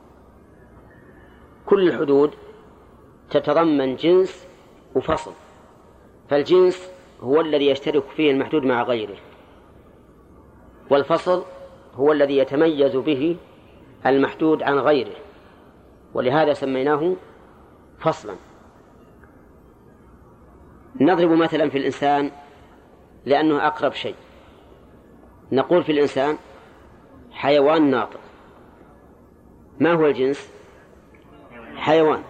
كل الحدود تتضمن جنس وفصل، فالجنس هو الذي يشترك فيه المحدود مع غيره، والفصل هو الذي يتميز به المحدود عن غيره، ولهذا سميناه فصلا. نضرب مثلا في الإنسان لأنه أقرب شيء. نقول في الإنسان حيوان ناطق. ما هو الجنس؟ حيوان.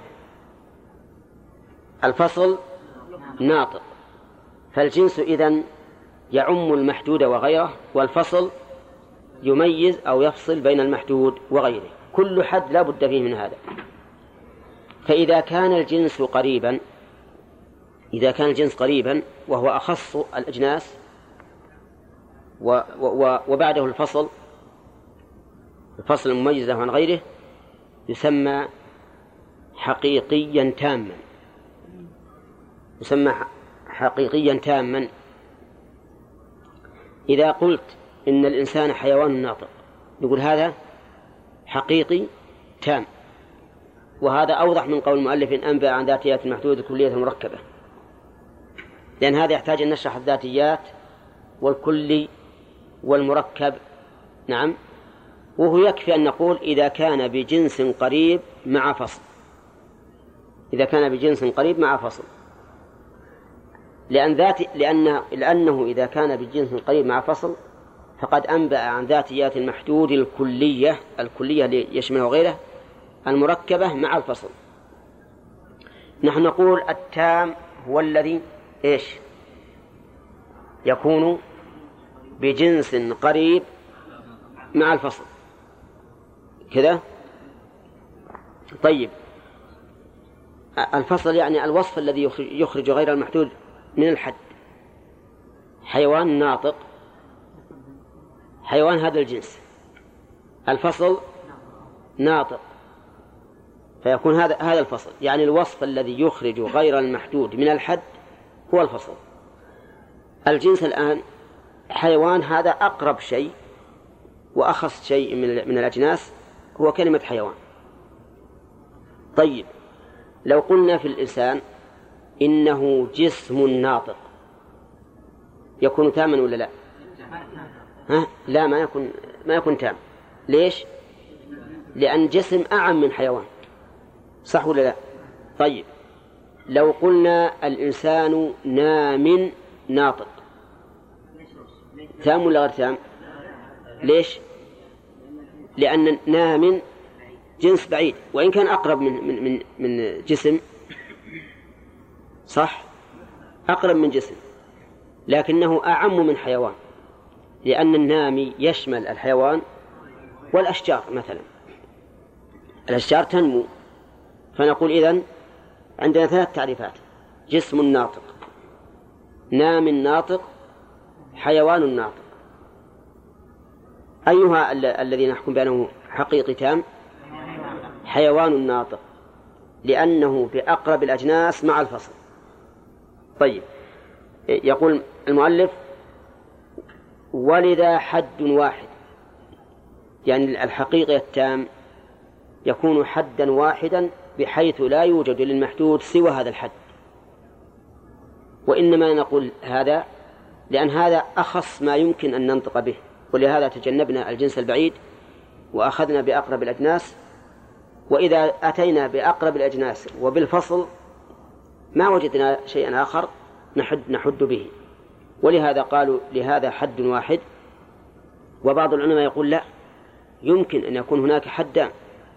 الفصل ناطق، فالجنس إذن يعم المحدود وغيره، والفصل يميز أو يفصل بين المحدود وغيره. كل حد لا بد فيه من هذا. فإذا كان الجنس قريبا إذا كان الجنس قريبا وهو أخص الأجناس و و وبعده الفصل، الفصل المميز عن غيره يسمى حقيقيا تاما، يسمى حقيقيا تاما. إذا قلت إن الإنسان حيوان ناطق نقول هذا حقيقي تام، وهذا أوضح من قول المؤلف إن أنبأ عن ذاتيات المحدودة كلية مركبة، لأن هذا يحتاج أن نشرح الذاتيات والكلي والمركب. نعم. وهو يكفي أن نقول إذا كان بجنس قريب مع فصل، إذا كان بجنس قريب مع فصل، لأن ذات لأن لأنه إذا كان بجنس قريب مع فصل فقد أنبأ عن ذاتيات المحدود الكلية الكلية يشملها غيره المركبة مع الفصل. نحن نقول التام هو الذي إيش يكون بجنس قريب مع الفصل كذا. طيب، الفصل يعني الوصف الذي يخرج غير المحدود من الحد. حيوان ناطق حيوان هذا الجنس، الفصل ناطق، فيكون هذا هذا الفصل، يعني الوصف الذي يخرج غير المحدود من الحد هو الفصل. الجنس الآن حيوان، هذا أقرب شيء وأخص شيء من الأجناس هو كلمة حيوان. طيب، لو قلنا في الإنسان إنه جسم ناطق يكون تاما ولا لا؟ ها؟ لا، ما يكون ما يكون تام. ليش؟ لأن جسم أعم من حيوان، صح ولا لا؟ طيب، لو قلنا الإنسان نام ناطق تام ولا غير تام؟ ليش؟ لأن نام جنس بعيد وإن كان أقرب من من من, من جسم، صح؟ أقرب من جسم، لكنه أعم من حيوان، لأن النامي يشمل الحيوان والأشجار. مثلا الأشجار تنمو، فنقول إذن عندنا ثلاث تعريفات: جسم ناطق، نام ناطق، حيوان ناطق. أيها ال- الذي نحكم بأنه حقيقي تام؟ حيوان ناطق، لأنه بأقرب الأجناس مع الفصل. طيب، يقول المؤلف: ولذا حد واحد، يعني الحقيقي التام يكون حدا واحدا بحيث لا يوجد للمحدود سوى هذا الحد. وإنما نقول هذا لأن هذا أخص ما يمكن أن ننطق به، ولهذا تجنبنا الجنس البعيد وأخذنا بأقرب الأجناس. وإذا أتينا بأقرب الأجناس وبالفصل ما وجدنا شيئا آخر نحد, نحد به، ولهذا قالوا لهذا حد واحد. وبعض العلماء يقول لا، يمكن أن يكون هناك حدان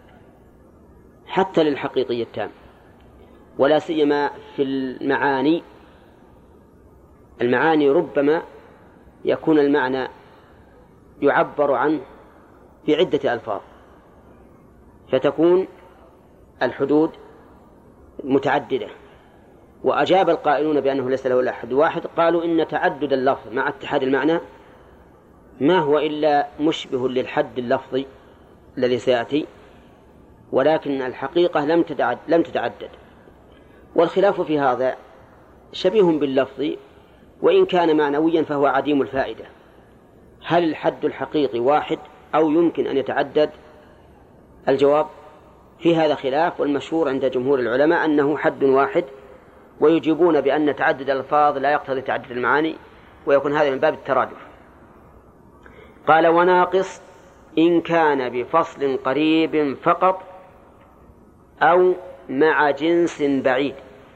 حتى للحقيقي التام، ولا سيما في المعاني. المعاني ربما يكون المعنى يعبر عنه بعدة ألفاظ، فتكون الحدود متعددة. وأجاب القائلون بأنه ليس له إلا حد واحد، قالوا إن تعدد اللفظ مع اتحاد المعنى ما هو إلا مشبه للحد اللفظي الذي سيأتي، ولكن الحقيقة لم تتعدد, لم تتعدد. والخلاف في هذا شبيه باللفظ، وإن كان معنويا فهو عديم الفائدة. هل الحد الحقيقي واحد أو يمكن أن يتعدد؟ الجواب في هذا خلاف، والمشهور عند جمهور العلماء أنه حد واحد، ويجيبون بأن تعدد الألفاظ لا يقتضي تعدد المعاني، ويكون هذا من باب الترادف. قال: وناقص إن كان بفصل قريب فقط أو مع جنس بعيد.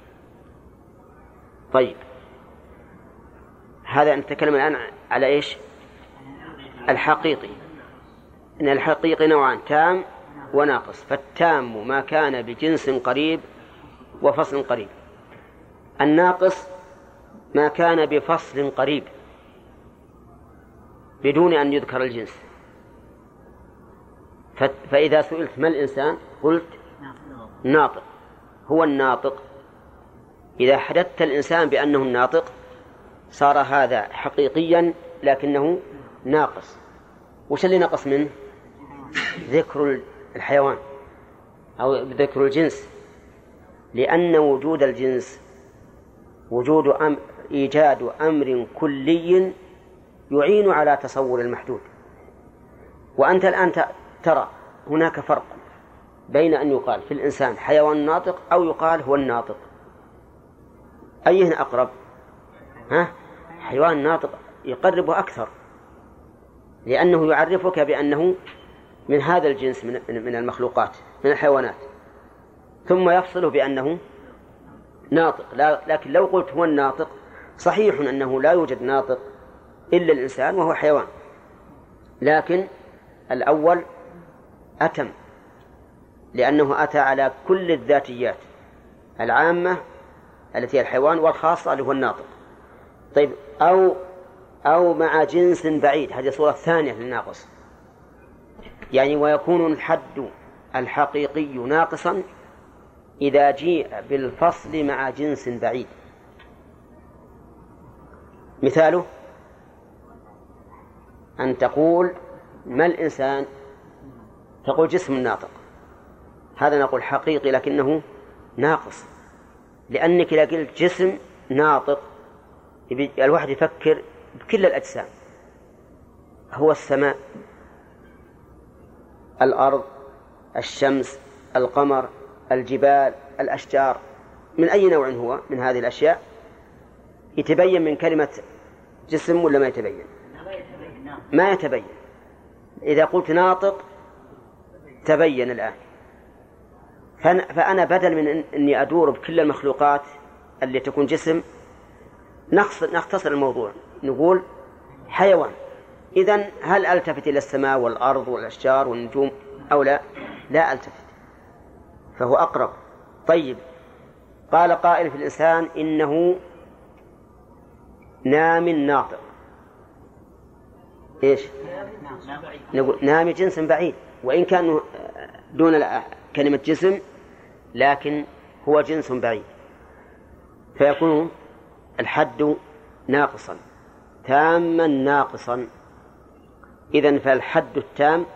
طيب، هذا نتكلم الآن على إيش؟ الحقيقي. إن الحقيقي نوعان: تام وناقص. فالتام ما كان بجنس قريب وفصل قريب، الناقص ما كان بفصل قريب بدون أن يذكر الجنس. فإذا سئلت ما الإنسان قلت ناطق، هو الناطق. إذا حدثت الإنسان بأنه الناطق صار هذا حقيقيا لكنه ناقص. وش اللي نقص منه؟ ذكر الحيوان أو ذكر الجنس، لأن وجود الجنس وجود أم إيجاد أمر كلي يعين على تصور المحدود. وأنت الآن ترى هناك فرق بين أن يقال في الإنسان حيوان ناطق أو يقال هو الناطق، أيه أقرب؟ ها؟ حيوان ناطق يقربه أكثر، لأنه يعرفك بأنه من هذا الجنس من المخلوقات من الحيوانات، ثم يفصله بأنه ناطق. لكن لو قلت هو الناطق، صحيح أنه لا يوجد ناطق إلا الإنسان وهو حيوان، لكن الأول أتم لأنه أتى على كل الذاتيات العامة التي هي الحيوان، والخاصة اللي هو الناطق. طيب أو أو مع جنس بعيد، هذه صورة ثانية للناقص، يعني ويكون الحد الحقيقي ناقصا إذا جيء بالفصل مع جنس بعيد. مثاله أن تقول ما الإنسان، تقول جسم ناطق، هذا نقول حقيقي لكنه ناقص، لأنك إذا قلت جسم ناطق الواحد يفكر بكل الأجسام، هو السماء، الأرض، الشمس، القمر، الجبال، الأشجار، من أي نوع هو من هذه الأشياء. يتبين من كلمة جسم ولا ما يتبين؟ ما يتبين. إذا قلت ناطق تبين الآن. فأنا بدل من أني أدور بكل المخلوقات اللي تكون جسم، نختصر الموضوع نقول حيوان. إذن هل ألتفت إلى السماء والأرض والأشجار والنجوم أو لا؟ لا ألتفت، فهو أقرب. طيب قال قائل في الإنسان إنه نام ناطق، إيش؟ نقول نام جنس بعيد، وإن كان دون كلمة جسم لكن هو جنس بعيد، فيكون الحد ناقصا تاما ناقصا. إذن فالحد التام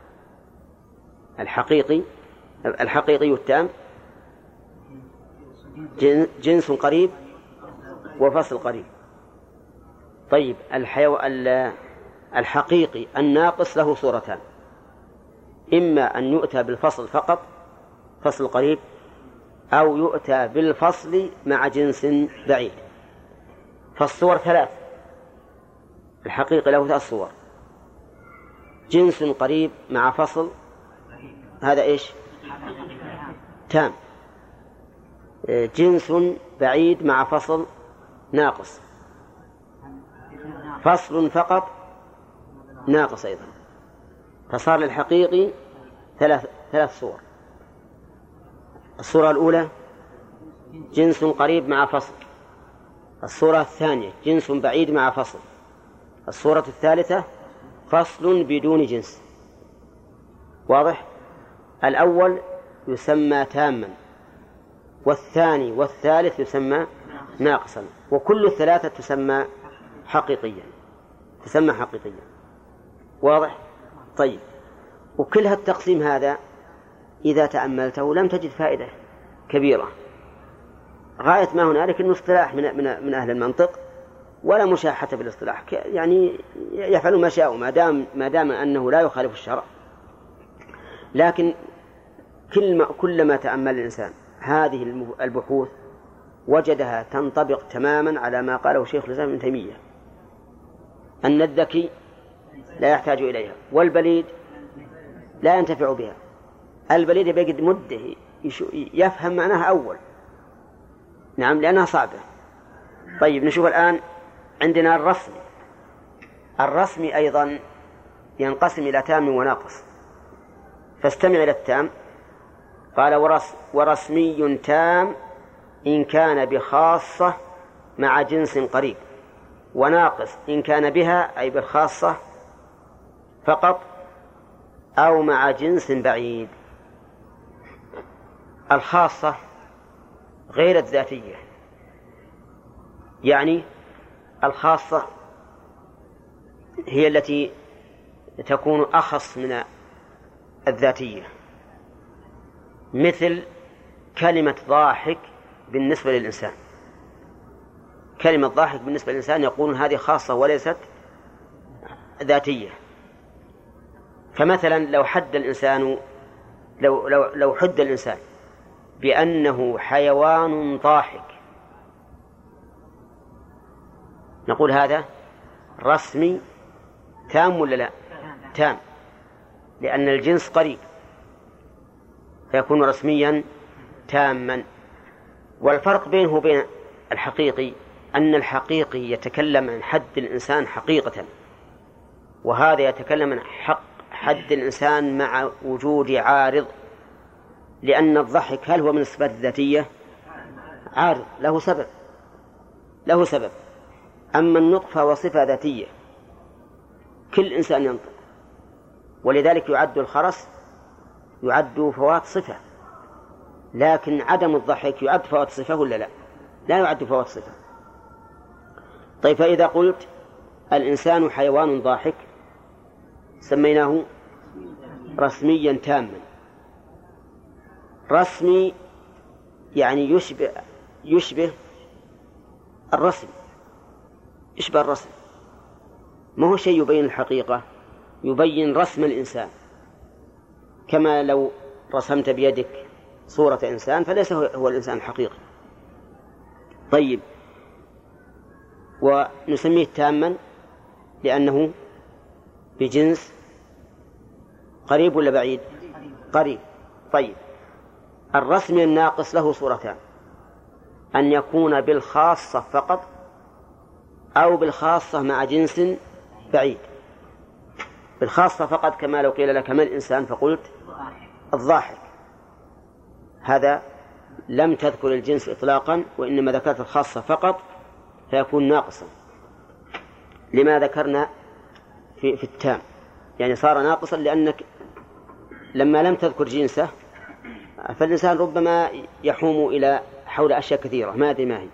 الحقيقي الحقيقي التام جنس قريب وفصل قريب. طيب الحيو... الحقيقي الناقص له صورتان، إما أن يؤتى بالفصل فقط فصل قريب، أو يؤتى بالفصل مع جنس بعيد. فالصور ثلاث، الحقيقي له ثلاث صور: جنس قريب مع فصل، هذا إيش؟ تام. جنس بعيد مع فصل ناقص، فصل فقط ناقص أيضا. فصار للحقيقي ثلاث ثلاث صور. الصورة الأولى جنس قريب مع فصل، الصورة الثانية جنس بعيد مع فصل، الصورة الثالثة فصل بدون جنس. واضح؟ الأول يسمى تاما، والثاني والثالث يسمى ناقصا، وكل الثلاثة تسمى حقيقيا تسمى حقيقيا. واضح؟ طيب، وكل هالتقسيم هذا إذا تأملته لم تجد فائدة كبيرة، غاية ما هنالك إنه اصطلاح من من من أهل المنطق، ولا مشاحة بالاصطلاح، يعني يفعلوا ما شاءوا ما دام ما دام أنه لا يخالف الشرع. لكن كل كلما تأمل الإنسان هذه البحوث وجدها تنطبق تماما على ما قاله شيخ الإسلام ابن تيمية، أن الذكي لا يحتاج إليها، والبليد لا ينتفع بها. البليد بيجد مدة يفهم معناها أول، نعم، لأنها صعبة. طيب نشوف الآن عندنا الرسم. الرسم أيضا ينقسم إلى تام وناقص، فاستمع إلى التام. قال ورس ورسمي تام إن كان بخاصة مع جنس قريب، وناقص إن كان بها أي بالخاصة فقط أو مع جنس بعيد. الخاصة غير الذاتية، يعني الخاصة هي التي تكون أخص من الذاتية، مثل كلمة ضاحك بالنسبة للإنسان. كلمة ضاحك بالنسبة للإنسان يقولون هذه خاصة وليست ذاتية. فمثلا لو حد الإنسان لو, لو, لو حد الإنسان بأنه حيوان ضاحك، نقول هذا رسمي تام ولا لا؟ تام، لأن الجنس قريب فيكون رسميا تاما. والفرق بينه وبين الحقيقي أن الحقيقي يتكلم عن حد الإنسان حقيقة، وهذا يتكلم عن حق حد الإنسان مع وجود عارض، لأن الضحك هل هو من الصفات الذاتية؟ عارض، له سبب له سبب. أما النطق فهو صفة ذاتية، كل إنسان ينطق، ولذلك يعد الخرس يعد فوات صفة، لكن عدم الضحك يعد فوات صفة ولا لا؟ لا يعد فوات صفة. طيب، فإذا قلت الإنسان حيوان ضاحك سميناه رسميا تاما. رسمي يعني يشبه يشبه الرسم، يشبه الرسم، ما هو شيء يبين الحقيقة، يبين رسم الإنسان، كما لو رسمت بيدك صورة إنسان فليس هو الإنسان الحقيقي. طيب، ونسميه تاما لأنه بجنس قريب ولا بعيد؟ قريب. طيب، الرسم الناقص له صورتان: أن يكون بالخاصة فقط أو بالخاصة مع جنس بعيد. بالخاصة فقط كما لو قيل لك ما الإنسان فقلت الضاحك، هذا لم تذكر الجنس إطلاقا، وإنما ذكرت الخاصة فقط فيكون ناقصا. لما ذكرنا في, في التام يعني صار ناقصا لأنك لما لم تذكر جنسه فالإنسان ربما يحوم إلى حول أشياء كثيرة ما أدري ما هي.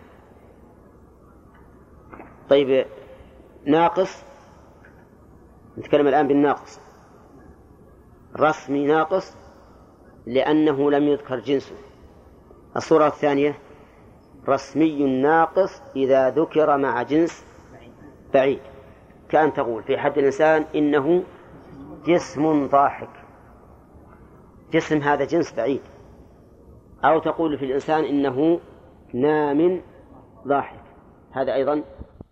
طيب، ناقص، نتكلم الآن بالناقص. رسمي ناقص لأنه لم يذكر جنسه. الصورة الثانية رسمي ناقص إذا ذكر مع جنس بعيد، كأن تقول في حد الإنسان إنه جسم ضاحك، جسم هذا جنس بعيد. أو تقول في الإنسان إنه نام ضاحك، هذا أيضا